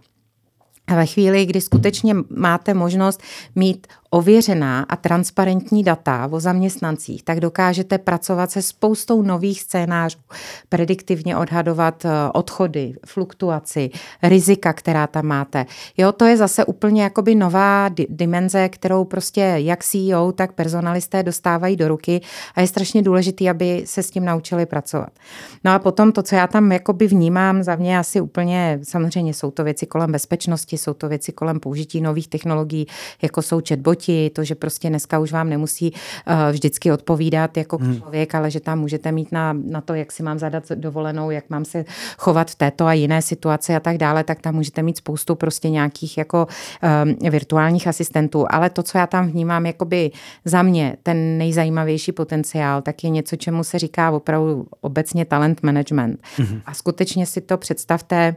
A ve chvíli, kdy skutečně máte možnost mít ověřená a transparentní data o zaměstnancích, tak dokážete pracovat se spoustou nových scénářů, prediktivně odhadovat odchody, fluktuaci, rizika, která tam máte. Jo, to je zase úplně jakoby nová di- dimenze, kterou prostě jak C E O, tak personalisté dostávají do ruky a je strašně důležitý, aby se s tím naučili pracovat. No a potom to, co já tam jakoby vnímám, za mě asi úplně, samozřejmě jsou to věci kolem bezpečnosti, jsou to věci kolem použití nových technologií, jako jsou chatboti, to, že prostě dneska už vám nemusí uh, vždycky odpovídat jako hmm. člověk, ale že tam můžete mít na, na to, jak si mám zadat dovolenou, jak mám se chovat v této a jiné situaci a tak dále, tak tam můžete mít spoustu prostě nějakých jako um, virtuálních asistentů. Ale to, co já tam vnímám, jakoby za mě ten nejzajímavější potenciál, tak je něco, čemu se říká opravdu obecně talent management. Hmm. A skutečně si to představte.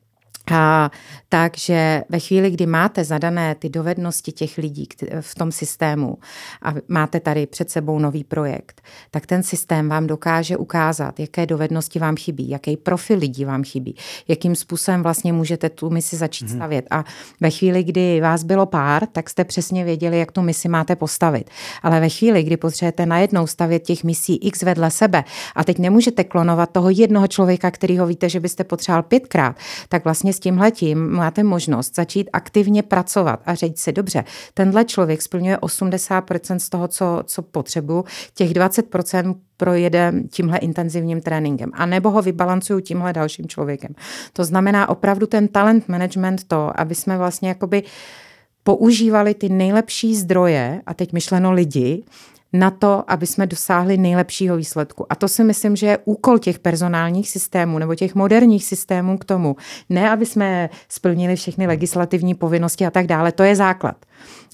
A takže ve chvíli, kdy máte zadané ty dovednosti těch lidí v tom systému a máte tady před sebou nový projekt, tak ten systém vám dokáže ukázat, jaké dovednosti vám chybí, jaký profil lidí vám chybí, jakým způsobem vlastně můžete tu misi začít mm-hmm. stavět. A ve chvíli, kdy vás bylo pár, tak jste přesně věděli, jak tu misi máte postavit. Ale ve chvíli, kdy potřebujete najednou stavět těch misí X vedle sebe a teď nemůžete klonovat toho jednoho člověka, kterýho víte, že byste potřeboval pětkrát, tak vlastně s tímhletím máte možnost začít aktivně pracovat a říct si, dobře, tenhle člověk splňuje osmdesát procent z toho, co, co potřebuju, těch dvacet procent projede tímhle intenzivním tréninkem, anebo ho vybalancuju tímhle dalším člověkem. To znamená opravdu ten talent management to, aby jsme vlastně jakoby používali ty nejlepší zdroje, a teď myšleno lidi, na to, aby jsme dosáhli nejlepšího výsledku. A to si myslím, že je úkol těch personálních systémů nebo těch moderních systémů k tomu. Ne, aby jsme splnili všechny legislativní povinnosti a tak dále, to je základ.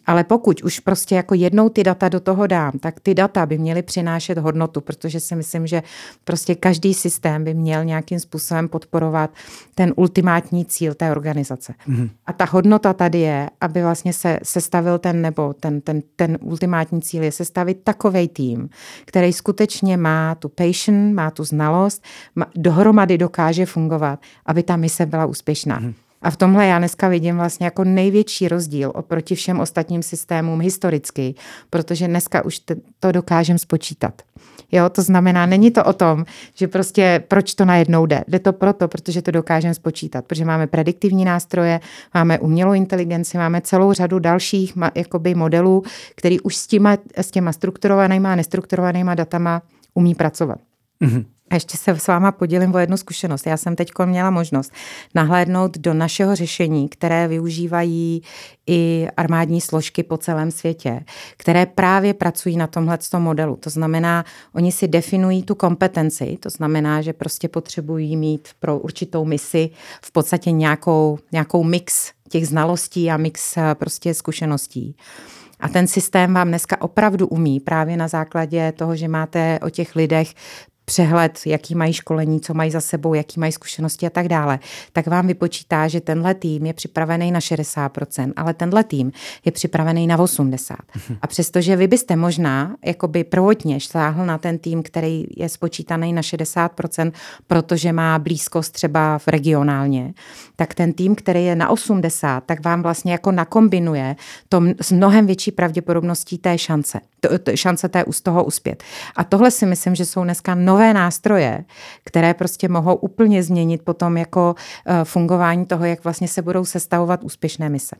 Ale pokud už prostě jako jednou ty data do toho dám, tak ty data by měly přinášet hodnotu, protože si myslím, že prostě každý systém by měl nějakým způsobem podporovat ten ultimátní cíl té organizace. Mm. A ta hodnota tady je, aby vlastně se sestavil ten, nebo ten, ten, ten ultimátní cíl je sestavit takovej tým, který skutečně má tu passion, má tu znalost, má, dohromady dokáže fungovat, aby ta mise byla úspěšná. Mm. A v tomhle já dneska vidím vlastně jako největší rozdíl oproti všem ostatním systémům historicky, protože dneska už to dokážeme spočítat. Jo, to znamená, není to o tom, že prostě proč to najednou jde. Jde to proto, protože to dokážeme spočítat, protože máme prediktivní nástroje, máme umělou inteligenci, máme celou řadu dalších jakoby modelů, který už s těma, s těma strukturovanýma a nestrukturovanýma datama umí pracovat. Mm-hmm. A ještě se s váma podělím o jednu zkušenost. Já jsem teď měla možnost nahlédnout do našeho řešení, které využívají i armádní složky po celém světě, které právě pracují na tomhletom modelu. To znamená, oni si definují tu kompetenci, to znamená, že prostě potřebují mít pro určitou misi v podstatě nějakou, nějakou mix těch znalostí a mix prostě zkušeností. A ten systém vám dneska opravdu umí právě na základě toho, že máte o těch lidech přehled, jaký mají školení, co mají za sebou, jaký mají zkušenosti a tak dále, tak vám vypočítá, že tenhle tým je připravený na šedesát procent, ale tenhle tým je připravený na osmdesát procent. A přestože vy byste možná jakoby prvotně šláhl na ten tým, který je spočítaný na šedesát procent, protože má blízkost třeba v regionálně, tak ten tým, který je na osmdesát, tak vám vlastně jako nakombinuje to s mnohem větší pravděpodobností té šance. To, to, šance té, z toho uspět. A tohle si myslím, že jsou dneska nové nástroje, které prostě mohou úplně změnit potom jako uh, fungování toho, jak vlastně se budou sestavovat úspěšné mise.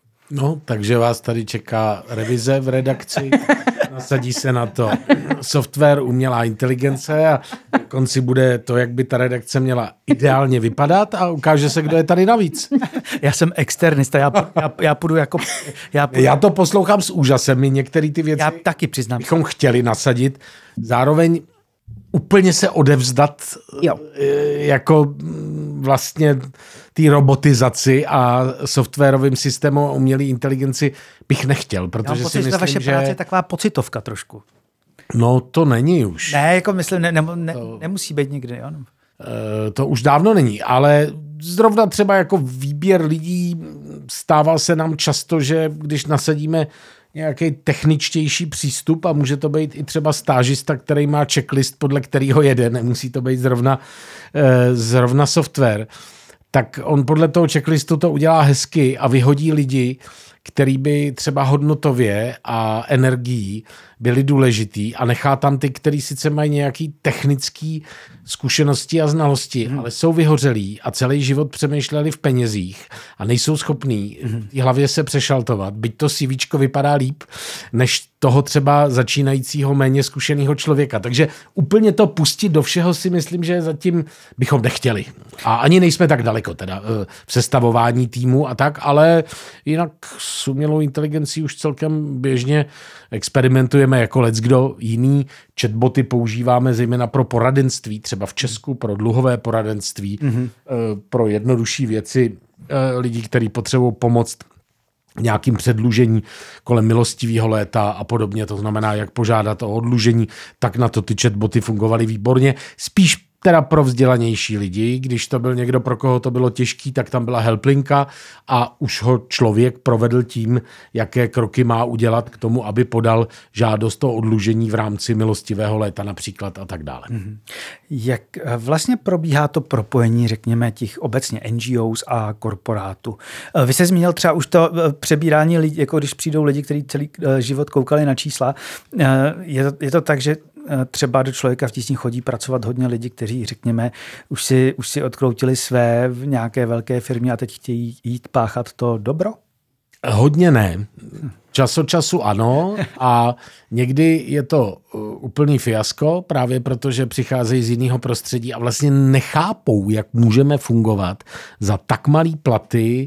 No, takže vás tady čeká revize v redakci, nasadí se na to software, umělá inteligence a na konci bude to, jak by ta redakce měla ideálně vypadat a ukáže se, kdo je tady navíc. Já jsem externista, já, já, já půjdu jako... Já, půjdu... já to poslouchám s úžasem, my některé ty věci já taky přiznám. bychom chtěli nasadit, zároveň úplně se odevzdat jo. jako vlastně té robotizaci a softwarovým systému a umělé inteligenci bych nechtěl, protože pocit, si myslím, vaše že... práce je taková pocitovka trošku. No to není už. Ne, jako myslím, ne, ne, ne, to... nemusí být nikdy, jo. To už dávno není, ale zrovna třeba jako výběr lidí stával se nám často, že když nasadíme nějaký techničtější přístup a může to být i třeba stážista, který má checklist, podle kterého jede, nemusí to být zrovna, zrovna software, tak on podle toho checklistu to udělá hezky a vyhodí lidi, který by třeba hodnotově a energií byli důležitý a nechá tam ty, který sice mají nějaký technický zkušenosti a znalosti, hmm. ale jsou vyhořelí a celý život přemýšleli v penězích a nejsou schopní hmm. v hlavě se přešaltovat, byť to CVčko vypadá líp, než toho třeba začínajícího méně zkušeného člověka. Takže úplně to pustit do všeho si myslím, že zatím bychom nechtěli. A ani nejsme tak daleko teda v sestavování týmu a tak, ale jinak s umělou inteligencí už celkem běžně experimentujeme jako leckdo jiný. Chatboty používáme zejména pro poradenství, třeba v Česku, pro dluhové poradenství, mm-hmm. pro jednodušší věci lidí, kteří potřebují pomoct nějakým předlužení kolem milostivého léta a podobně. To znamená, jak požádat o odlužení, tak na to ty chatboty fungovaly výborně. Spíš teda pro vzdělanější lidi, když to byl někdo, pro koho to bylo těžký, tak tam byla helplinka a už ho člověk provedl tím, jaké kroky má udělat k tomu, aby podal žádost o odlužení v rámci milostivého léta například a tak dále. Jak vlastně probíhá to propojení, řekněme, těch obecně N G Os a korporátů? Vy jste zmínil třeba už to přebírání lidí, jako když přijdou lidi, kteří celý život koukali na čísla. Je to, je to tak, že třeba do Člověka v tísni chodí pracovat hodně lidi, kteří, řekněme, už si, už si odkroutili své v nějaké velké firmě a teď chtějí jít páchat to dobro? Hodně ne. Čas od času ano a někdy je to úplný fiasko, právě protože přicházejí z jiného prostředí a vlastně nechápou, jak můžeme fungovat za tak malý platy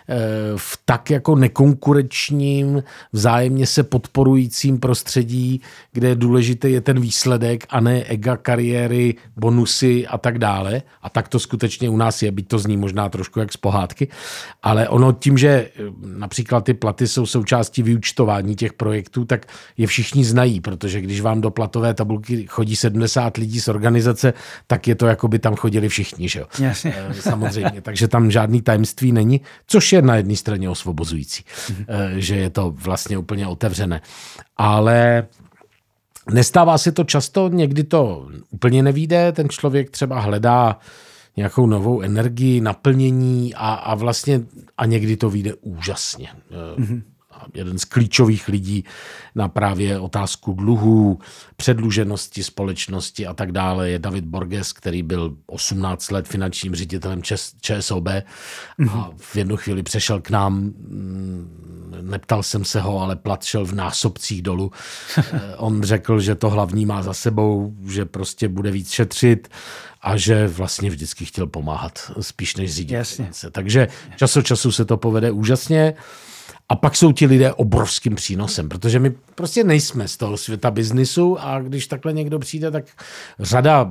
v tak jako nekonkurenčním, vzájemně se podporujícím prostředí, kde důležitý je ten výsledek a ne ega, kariéry, bonusy a tak dále. A tak to skutečně u nás je, byť to zní možná trošku jak z pohádky, ale ono tím, že například ty platy jsou součástí vyúčtování těch projektů, tak je všichni znají, protože když vám do platové tabulky chodí sedmdesát lidí z organizace, tak je to, jako by tam chodili všichni, že jo? Jasně. Samozřejmě, takže tam žádný tajemství není, což je na jedné straně osvobozující, mm-hmm. že je to vlastně úplně otevřené. Ale nestává se to často, někdy to úplně nevyjde, ten člověk třeba hledá nějakou novou energii, naplnění a, a vlastně a někdy to vyjde úžasně. Mm-hmm. Jeden z klíčových lidí na právě otázku dluhů, předluženosti společnosti a tak dále je David Borges, který byl osmnáct let finančním ředitelem ČSOB a v jednu chvíli přešel k nám, neptal jsem se ho, ale plat šel v násobcích dolů. On řekl, že to hlavní má za sebou, že prostě bude víc šetřit a že vlastně vždycky chtěl pomáhat, spíš než řídit. Finance. Takže čas od času se to povede úžasně. A pak jsou ti lidé obrovským přínosem, protože my prostě nejsme z toho světa biznisu a když takhle někdo přijde, tak řada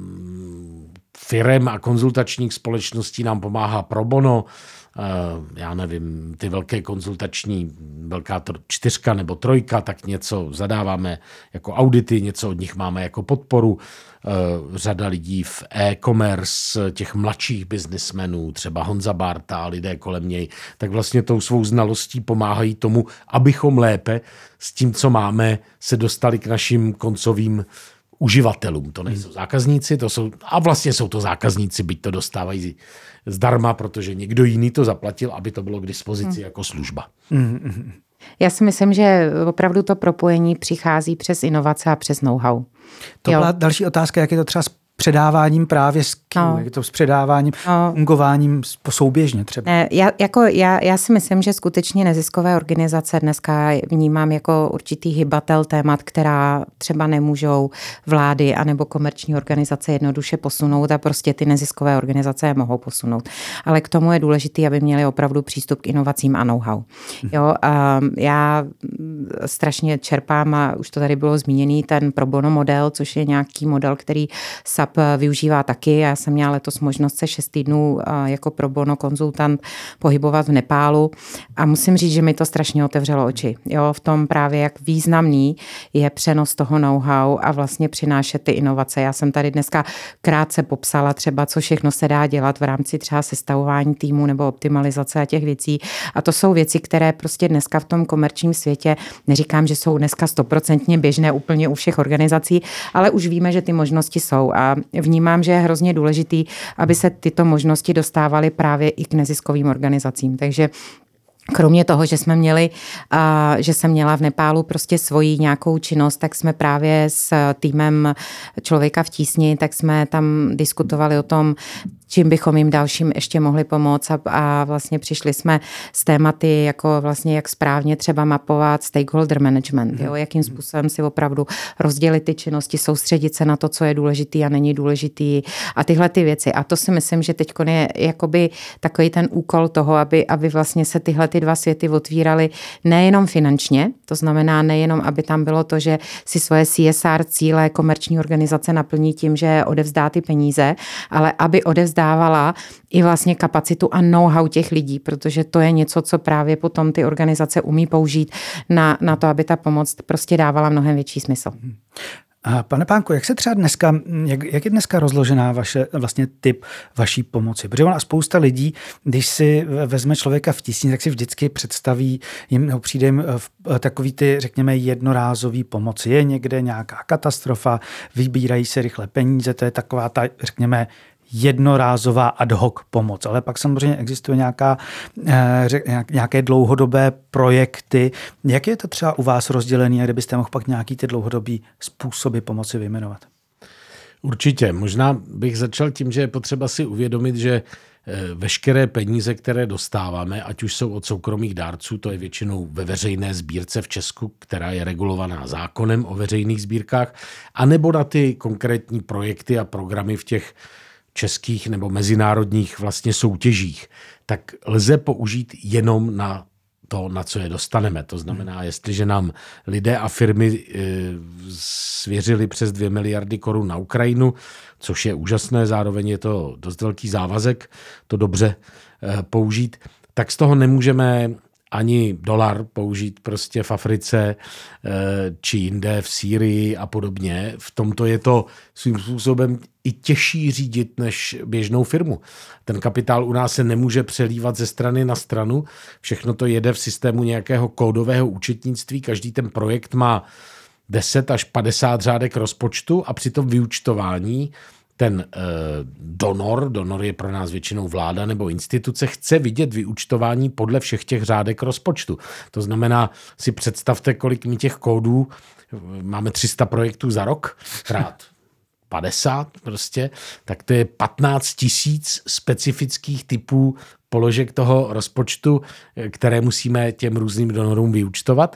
firem a konzultačních společností nám pomáhá pro bono. Já nevím, ty velké konzultační, velká čtyřka nebo trojka, tak něco zadáváme jako audity, něco od nich máme jako podporu. Řada lidí v e-commerce, těch mladších biznismenů, třeba Honza Bárta a lidé kolem něj, tak vlastně tou svou znalostí pomáhají tomu, abychom lépe s tím, co máme, se dostali k našim koncovým uživatelům. To nejsou zákazníci, to jsou, a vlastně jsou to zákazníci, byť to dostávají zdarma, protože někdo jiný to zaplatil, aby to bylo k dispozici hmm. jako služba. Hmm. Já si myslím, že opravdu to propojení přichází přes inovace a přes know-how. To byla jo. další otázka, jak je to třeba s předáváním právě skillů, no. jak je to s předáváním, no. fungováním souběžně třeba. Ne, já, jako, já, já si myslím, že skutečně neziskové organizace dneska vnímám jako určitý hybatel témat, která třeba nemůžou vlády anebo komerční organizace jednoduše posunout a prostě ty neziskové organizace je mohou posunout. Ale k tomu je důležité, aby měli opravdu přístup k inovacím a know-how. Jo, a já strašně čerpám, a už to tady bylo zmíněný, ten pro bono model, což je nějaký model, který S A P využívá taky. Já jsem měla letos možnost se šest týdnů jako pro bono konzultant pohybovat v Nepálu a musím říct, že mi to strašně otevřelo oči. Jo, v tom právě, jak významný je přenos toho know-how a vlastně přinášet ty inovace. Já jsem tady dneska krátce popsala třeba, co všechno se dá dělat v rámci třeba sestavování týmu nebo optimalizace a těch věcí. A to jsou věci, které prostě dneska v tom komerčním světě, neříkám, že jsou dneska stoprocentně běžné úplně u všech organizací, ale už víme, že ty možnosti jsou a vnímám, že je hrozně důležitý, aby se tyto možnosti dostávaly právě i k neziskovým organizacím. Takže kromě toho, že jsme měli, a, že jsem měla v Nepálu prostě svoji nějakou činnost, tak jsme právě s týmem Člověka v tísni, tak jsme tam diskutovali o tom, čím bychom jim dalším ještě mohli pomoct a, a vlastně přišli jsme s tématy, jako vlastně jak správně třeba mapovat stakeholder management, jo, jakým způsobem si opravdu rozdělit ty činnosti, soustředit se na to, co je důležitý a není důležitý a tyhle ty věci. A to si myslím, že teď je jakoby takový ten úkol toho, aby, aby vlastně se tyhle ty dva světy otvíraly nejenom finančně, to znamená nejenom, aby tam bylo to, že si svoje C S R cíle komerční organizace naplní tím, že odevzdá ty peníze, ale aby odevzdá dávala i vlastně kapacitu a know-how těch lidí, protože to je něco, co právě potom ty organizace umí použít na, na to, aby ta pomoc prostě dávala mnohem větší smysl. A pane Pánku, jak se třeba dneska, jak, jak je dneska rozložená vaše vlastně typ vaší pomoci? Protože ona spousta lidí, když si vezme člověka v tísni, tak si vždycky představí, jim no, přijde jim takový ty, řekněme, jednorázový pomoci. Je někde nějaká katastrofa, vybírají se rychle peníze, to je taková ta, řekněme, jednorázová ad hoc pomoc, ale pak samozřejmě existuje nějaká, nějaké dlouhodobé projekty. Jak je to třeba u vás rozdělený a kdybyste mohl pak nějaký ty dlouhodobý způsoby pomoci vyjmenovat? Určitě. Možná bych začal tím, že je potřeba si uvědomit, že veškeré peníze, které dostáváme, ať už jsou od soukromých dárců, to je většinou ve veřejné sbírce v Česku, která je regulovaná zákonem o veřejných sbírkách, anebo na ty konkrétní projekty a programy v těch českých nebo mezinárodních vlastně soutěžích, tak lze použít jenom na to, na co je dostaneme. To znamená, jestliže nám lidé a firmy svěřili přes dvě miliardy korun na Ukrajinu, což je úžasné, zároveň je to dost velký závazek to dobře použít, tak z toho nemůžeme ani dolar použít prostě v Africe či jinde v Sýrii a podobně. V tomto je to svým způsobem i těžší řídit než běžnou firmu. Ten kapitál u nás se nemůže přelívat ze strany na stranu. Všechno to jede v systému nějakého kódového účetnictví. Každý ten projekt má deset až padesát řádek rozpočtu a při tom vyúčtování ten eh, donor, donor je pro nás většinou vláda nebo instituce, chce vidět vyúčtování podle všech těch řádek rozpočtu. To znamená, si představte, kolik my těch kódů, máme tři sta projektů za rok, krát padesát prostě, tak to je patnáct tisíc specifických typů položek toho rozpočtu, které musíme těm různým donorům vyúčtovat,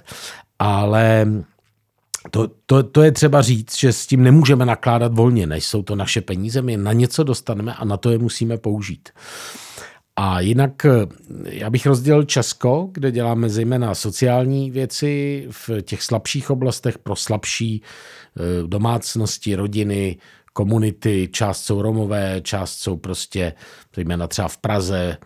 ale To, to, to je třeba říct, že s tím nemůžeme nakládat volně, než jsou to naše peníze, my na něco dostaneme a na to je musíme použít. A jinak já bych rozdělil Česko, kde děláme zejména sociální věci v těch slabších oblastech pro slabší domácnosti, rodiny, komunity, část jsou Romové, část jsou prostě zejména třeba v Praze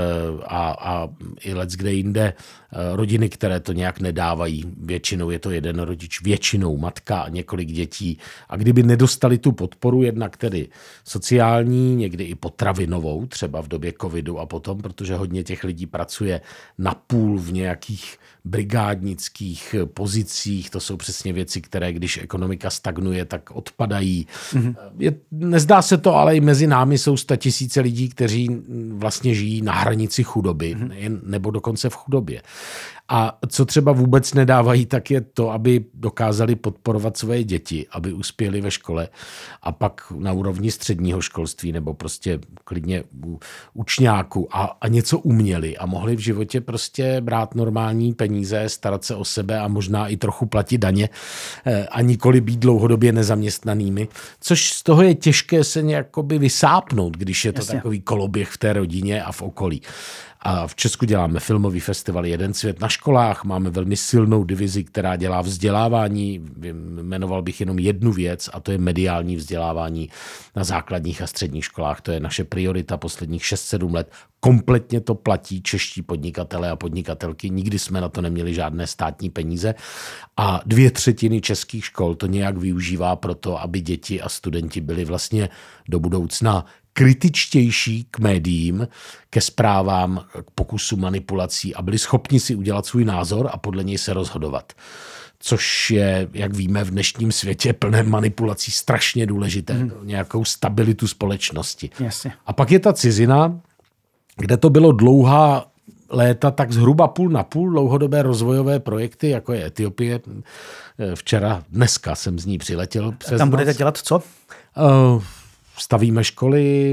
a, a i leckde jinde rodiny, které to nějak nedávají. Většinou je to jeden rodič, většinou matka a několik dětí. A kdyby nedostali tu podporu, jednak tedy sociální, někdy i potravinovou, třeba v době covidu a potom, protože hodně těch lidí pracuje napůl v nějakých brigádnických pozicích, to jsou přesně věci, které když ekonomika stagnuje, tak odpadají. Mm-hmm. Je, nezdá se to, ale i mezi námi jsou statisíce lidí, kteří vlastně žijí na hranici chudoby, mm-hmm. nebo dokonce v chudobě. A co třeba vůbec nedávají, tak je to, aby dokázali podporovat svoje děti, aby uspěli ve škole a pak na úrovni středního školství nebo prostě klidně u učňáku a, a něco uměli a mohli v životě prostě brát normální peníze, starat se o sebe a možná i trochu platit daně a nikoli být dlouhodobě nezaměstnanými, což z toho je těžké se nějakoby vysápnout, když je to Jasně. takový koloběh v té rodině a v okolí. A v Česku děláme filmový festival Jeden svět na školách, máme velmi silnou divizi, která dělá vzdělávání, jmenoval bych jenom jednu věc a to je mediální vzdělávání na základních a středních školách. To je naše priorita posledních šest sedm let. Kompletně to platí čeští podnikatelé a podnikatelky, nikdy jsme na to neměli žádné státní peníze a dvě třetiny českých škol to nějak využívá pro to, aby děti a studenti byli vlastně do budoucna kritičtější k médiím, ke zprávám, k pokusu manipulací a byli schopni si udělat svůj názor a podle něj se rozhodovat. Což je, jak víme, v dnešním světě plném manipulací strašně důležité hmm. pro nějakou stabilitu společnosti. Jasně. A pak je ta cizina, kde to bylo dlouhá léta tak zhruba půl na půl dlouhodobé rozvojové projekty, jako je Etiopie. Včera, dneska jsem z ní přiletěl. Přes Tam budete noc. dělat co? Uh, Stavíme školy,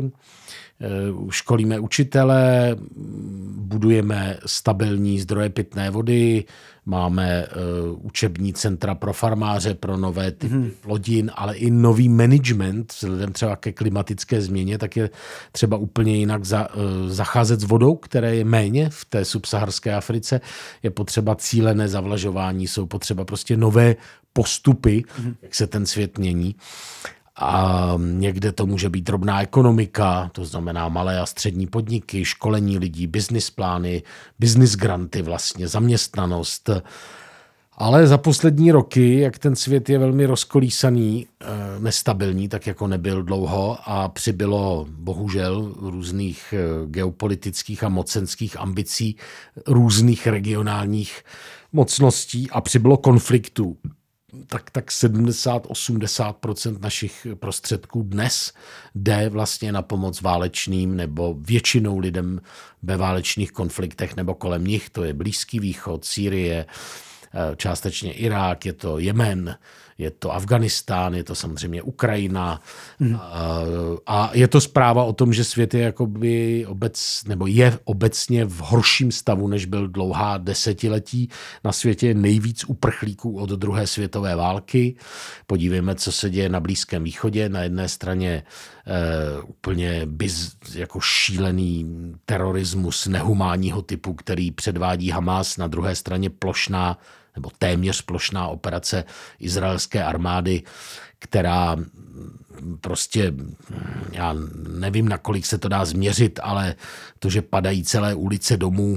školíme učitele, budujeme stabilní zdroje pitné vody, máme učební centra pro farmáře, pro nové typy mm. plodin, ale i nový management, vzhledem třeba ke klimatické změně, tak je třeba úplně jinak za, zacházet s vodou, které je méně v té subsaharské Africe. Je potřeba cílené zavlažování, jsou potřeba prostě nové postupy, mm. jak se ten svět mění. A někde to může být drobná ekonomika, to znamená malé a střední podniky, školení lidí, business plány, business granty vlastně, zaměstnanost. Ale za poslední roky, jak ten svět je velmi rozkolísaný, nestabilní, tak jako nebyl dlouho a přibylo bohužel různých geopolitických a mocenských ambicí různých regionálních mocností a přibylo konfliktů. Tak, tak sedmdesát až osmdesát procent našich prostředků dnes jde vlastně na pomoc válečným nebo většinou lidem ve válečných konfliktech nebo kolem nich. To je Blízký východ, Sýrie, částečně Irák, je to Jemen, je to Afganistán, je to samozřejmě Ukrajina hmm. a je to zpráva o tom, že svět je jakoby obec, nebo je obecně v horším stavu, než byl dlouhá desetiletí. Na světě je nejvíc uprchlíků od druhé světové války. Podívejme, co se děje na Blízkém východě. Na jedné straně eh, úplně biz, jako šílený terorismus nehumánního typu, který předvádí Hamas, na druhé straně plošná nebo téměř plošná operace izraelské armády, která prostě, já nevím, nakolik se to dá změřit, ale to, že padají celé ulice domů,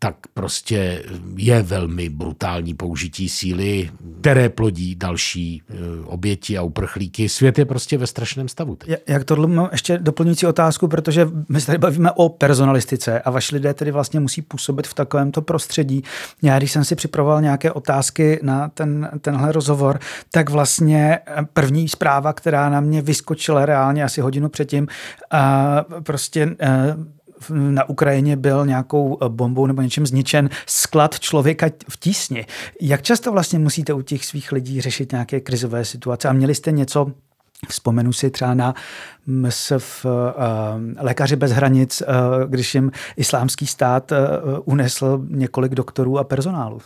tak prostě je velmi brutální použití síly, které plodí další oběti a uprchlíky. Svět je prostě ve strašném stavu teď. Jak tohle mám ještě doplňující otázku, protože my se tady bavíme o personalistice a vaši lidé tedy vlastně musí působit v takovémto prostředí. Já, když jsem si připravoval nějaké otázky na ten, tenhle rozhovor, tak vlastně první zpráva, která na mě vyskočila reálně asi hodinu předtím, a prostě na Ukrajině byl nějakou bombou nebo něčím zničen sklad člověka v tísni. Jak často vlastně musíte u těch svých lidí řešit nějaké krizové situace? A měli jste něco, vzpomenu si třeba na M S F, Lékaři bez hranic, když jim Islámský stát unesl několik doktorů a personálu?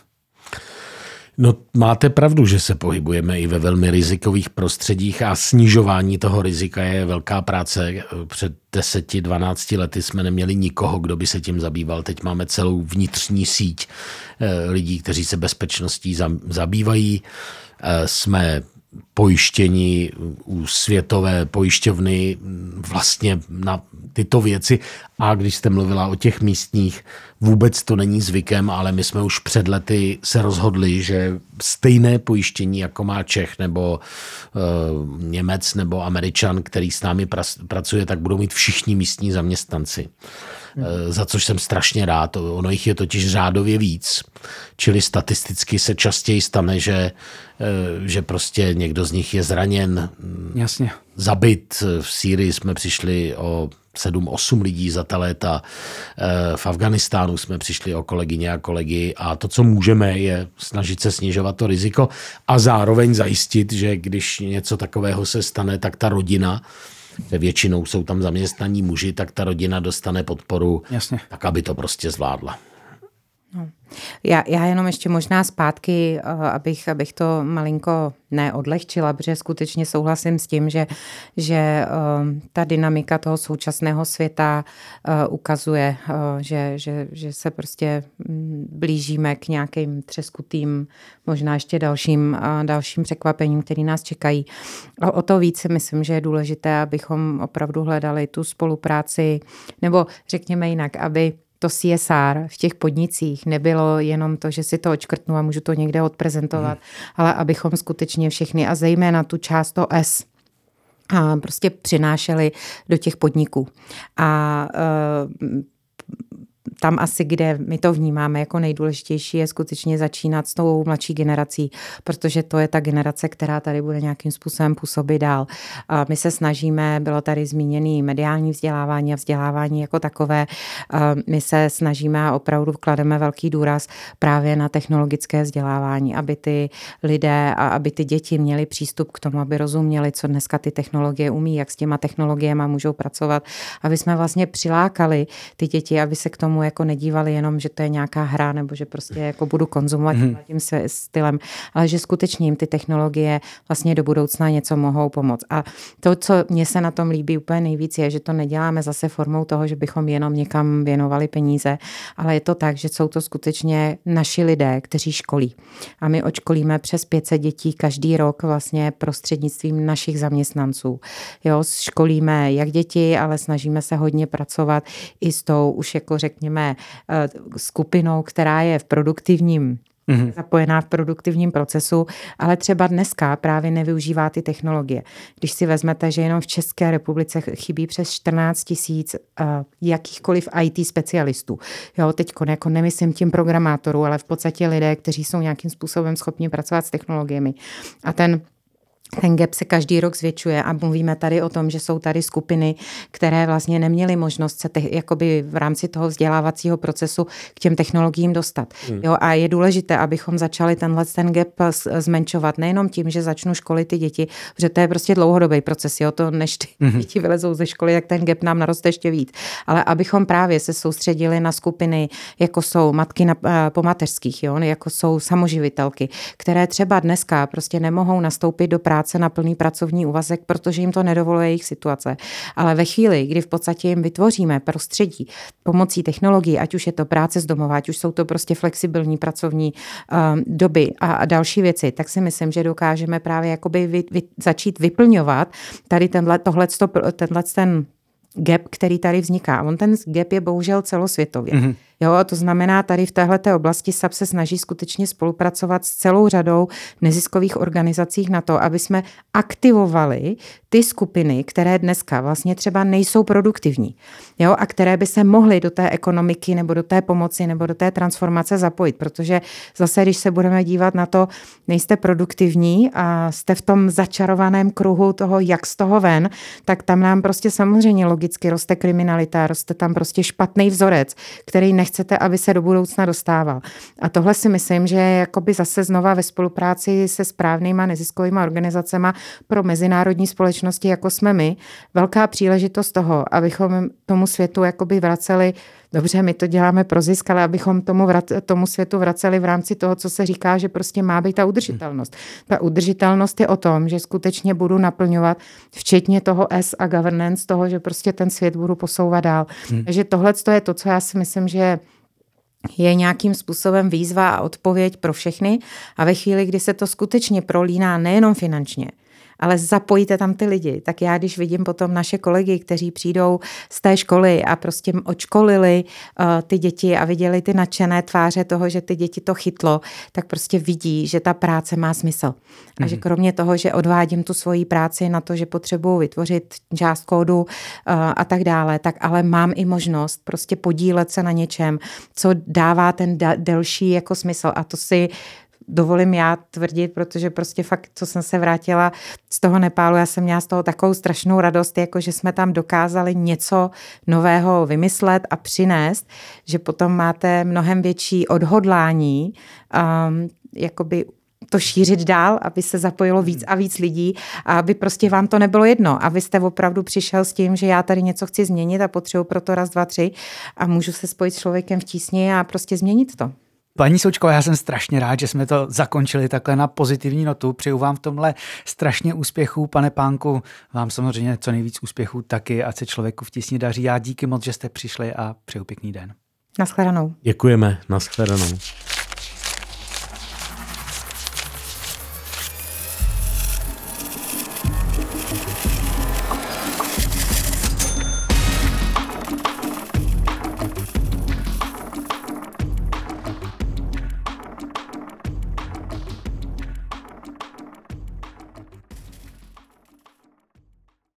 No, máte pravdu, že se pohybujeme i ve velmi rizikových prostředích a snižování toho rizika je velká práce. Před deseti, dvanácti lety jsme neměli nikoho, kdo by se tím zabýval. Teď máme celou vnitřní síť lidí, kteří se bezpečností zabývají. Jsme pojištění u světové pojišťovny vlastně na tyto věci. A když jste mluvila o těch místních, vůbec to není zvykem, ale my jsme už před lety se rozhodli, že stejné pojištění, jako má Čech nebo uh, Němec nebo Američan, který s námi pra- pracuje, tak budou mít všichni místní zaměstnanci. Hmm. Uh, za což jsem strašně rád. Ono jich je totiž řádově víc. Čili statisticky se častěji stane, že, uh, že prostě někdo z nich je zraněn, Jasně. zabit. V Sýrii jsme přišli o sedm, osm lidí za ta léta. V Afghánistánu jsme přišli o kolegyně a kolegy a to, co můžeme, je snažit se snižovat to riziko a zároveň zajistit, že když něco takového se stane, tak ta rodina, většinou jsou tam zaměstnaní muži, tak ta rodina dostane podporu, Jasně. tak aby to prostě zvládla. No. Já, já jenom ještě možná zpátky, abych, abych to malinko neodlehčila, protože skutečně souhlasím s tím, že, že ta dynamika toho současného světa ukazuje, že, že, že se prostě blížíme k nějakým třeskutým, možná ještě dalším, dalším překvapením, který nás čekají. O to víc myslím, že je důležité, abychom opravdu hledali tu spolupráci, nebo řekněme jinak, aby to C S R v těch podnicích nebylo jenom to, že si to odškrtnu a můžu to někde odprezentovat, hmm. ale abychom skutečně všechny a zejména tu část to S a prostě přinášeli do těch podniků. A uh, tam asi, kde my to vnímáme jako nejdůležitější, je skutečně začínat s tou mladší generací, protože to je ta generace, která tady bude nějakým způsobem působit dál. A my se snažíme, bylo tady zmíněné mediální vzdělávání a vzdělávání jako takové, a my se snažíme a opravdu vklademe velký důraz právě na technologické vzdělávání, aby ty lidé a aby ty děti měli přístup k tomu, aby rozuměli, co dneska ty technologie umí, jak s těma technologiemi můžou pracovat, aby jsme vlastně přilákali ty děti, aby se k tomu jako nedívali jenom, že to je nějaká hra nebo že prostě jako budu konzumovat hmm. tím stylem, ale že skutečně jim ty technologie vlastně do budoucna něco mohou pomoct. A to, co mně se na tom líbí úplně nejvíc, je, že to neděláme zase formou toho, že bychom jenom někam věnovali peníze, ale je to tak, že jsou to skutečně naši lidé, kteří školí. A my odškolíme přes pět set dětí každý rok vlastně prostřednictvím našich zaměstnanců. Jo, školíme jak děti, ale snažíme se hodně pracovat i s tou už jako řekněme skupinou, která je v produktivním mm-hmm. zapojená v produktivním procesu, ale třeba dneska právě nevyužívá ty technologie. Když si vezmete, že jenom v České republice chybí přes čtrnáct tisíc uh, jakýchkoliv I T specialistů. Jo, teď jako nemyslím tím programátorů, ale v podstatě lidé, kteří jsou nějakým způsobem schopni pracovat s technologiemi. A ten Ten gap se každý rok zvětšuje a mluvíme tady o tom, že jsou tady skupiny, které vlastně neměly možnost se te, jakoby v rámci toho vzdělávacího procesu k těm technologiím dostat. Hmm. Jo, a je důležité, abychom začali tenhle ten gap zmenšovat nejenom tím, že začnu školit ty děti, protože to je prostě dlouhodobý proces, jo, to než ty hmm. děti vylezou ze školy, tak ten gap nám naroste ještě víc. Ale abychom právě se soustředili na skupiny, jako jsou matky na, po mateřských, jo, jako jsou samoživitelky, které třeba dneska prostě nemohou nastoupit do práce na plný pracovní úvazek, protože jim to nedovoluje jejich situace. Ale ve chvíli, kdy v podstatě jim vytvoříme prostředí pomocí technologií, ať už je to práce z domova, ať už jsou to prostě flexibilní pracovní um, doby a, a další věci, tak si myslím, že dokážeme právě jakoby vy, vy, začít vyplňovat tady tenhle, tohleto, tenhle ten gap, který tady vzniká. On ten gap je bohužel celosvětově. Mm-hmm. Jo, to znamená, tady v téhleté oblasti S A P se snaží skutečně spolupracovat s celou řadou neziskových organizací na to, aby jsme aktivovali ty skupiny, které dneska vlastně třeba nejsou produktivní, jo, a které by se mohly do té ekonomiky nebo do té pomoci nebo do té transformace zapojit, protože zase, když se budeme dívat na to, nejste produktivní a jste v tom začarovaném kruhu toho, jak z toho ven, tak tam nám prostě samozřejmě logicky roste kriminalita, roste tam prostě špatný vzorec, který nechcete, aby se do budoucna dostával. A tohle si myslím, že je jakoby zase znova ve spolupráci se správnýma neziskovými organizacemi pro mezinárodní společnosti, jako jsme my, velká příležitost toho, abychom tomu světu jakoby vraceli, dobře, my to děláme pro zisk, ale abychom tomu, vrat, tomu světu vraceli v rámci toho, co se říká, že prostě má být ta udržitelnost. Ta udržitelnost je o tom, že skutečně budu naplňovat, včetně toho S a governance, toho, že prostě ten svět budu posouvat dál. Hmm. Takže tohle je to, co já si myslím, že je nějakým způsobem výzva a odpověď pro všechny a ve chvíli, kdy se to skutečně prolíná nejenom finančně, ale zapojíte tam ty lidi. Tak já, když vidím potom naše kolegy, kteří přijdou z té školy a prostě odškolili uh, ty děti a viděli ty nadšené tváře toho, že ty děti to chytlo, tak prostě vidí, že ta práce má smysl. Mm-hmm. A že kromě toho, že odvádím tu svoji práci na to, že potřebuji vytvořit část kódu uh, a tak dále, tak ale mám i možnost prostě podílet se na něčem, co dává ten da- delší jako smysl. A to si dovolím já tvrdit, protože prostě fakt, co jsem se vrátila z toho Nepálu, já jsem měla z toho takovou strašnou radost, jako že jsme tam dokázali něco nového vymyslet a přinést, že potom máte mnohem větší odhodlání, um, jakoby to šířit dál, aby se zapojilo víc a víc lidí a aby prostě vám to nebylo jedno. A vy jste opravdu přišel s tím, že já tady něco chci změnit a potřebuji proto raz, dva, tři a můžu se spojit s člověkem v tísni a prostě změnit to. Paní Součková, já jsem strašně rád, že jsme to zakončili takhle na pozitivní notu. Přeju vám v tomhle strašně úspěchů, pane Pánku. Vám samozřejmě co nejvíc úspěchů taky, ať se člověku v tísni daří. Já díky moc, že jste přišli a přeju pěkný den. Naschledanou. Děkujeme, naschledanou.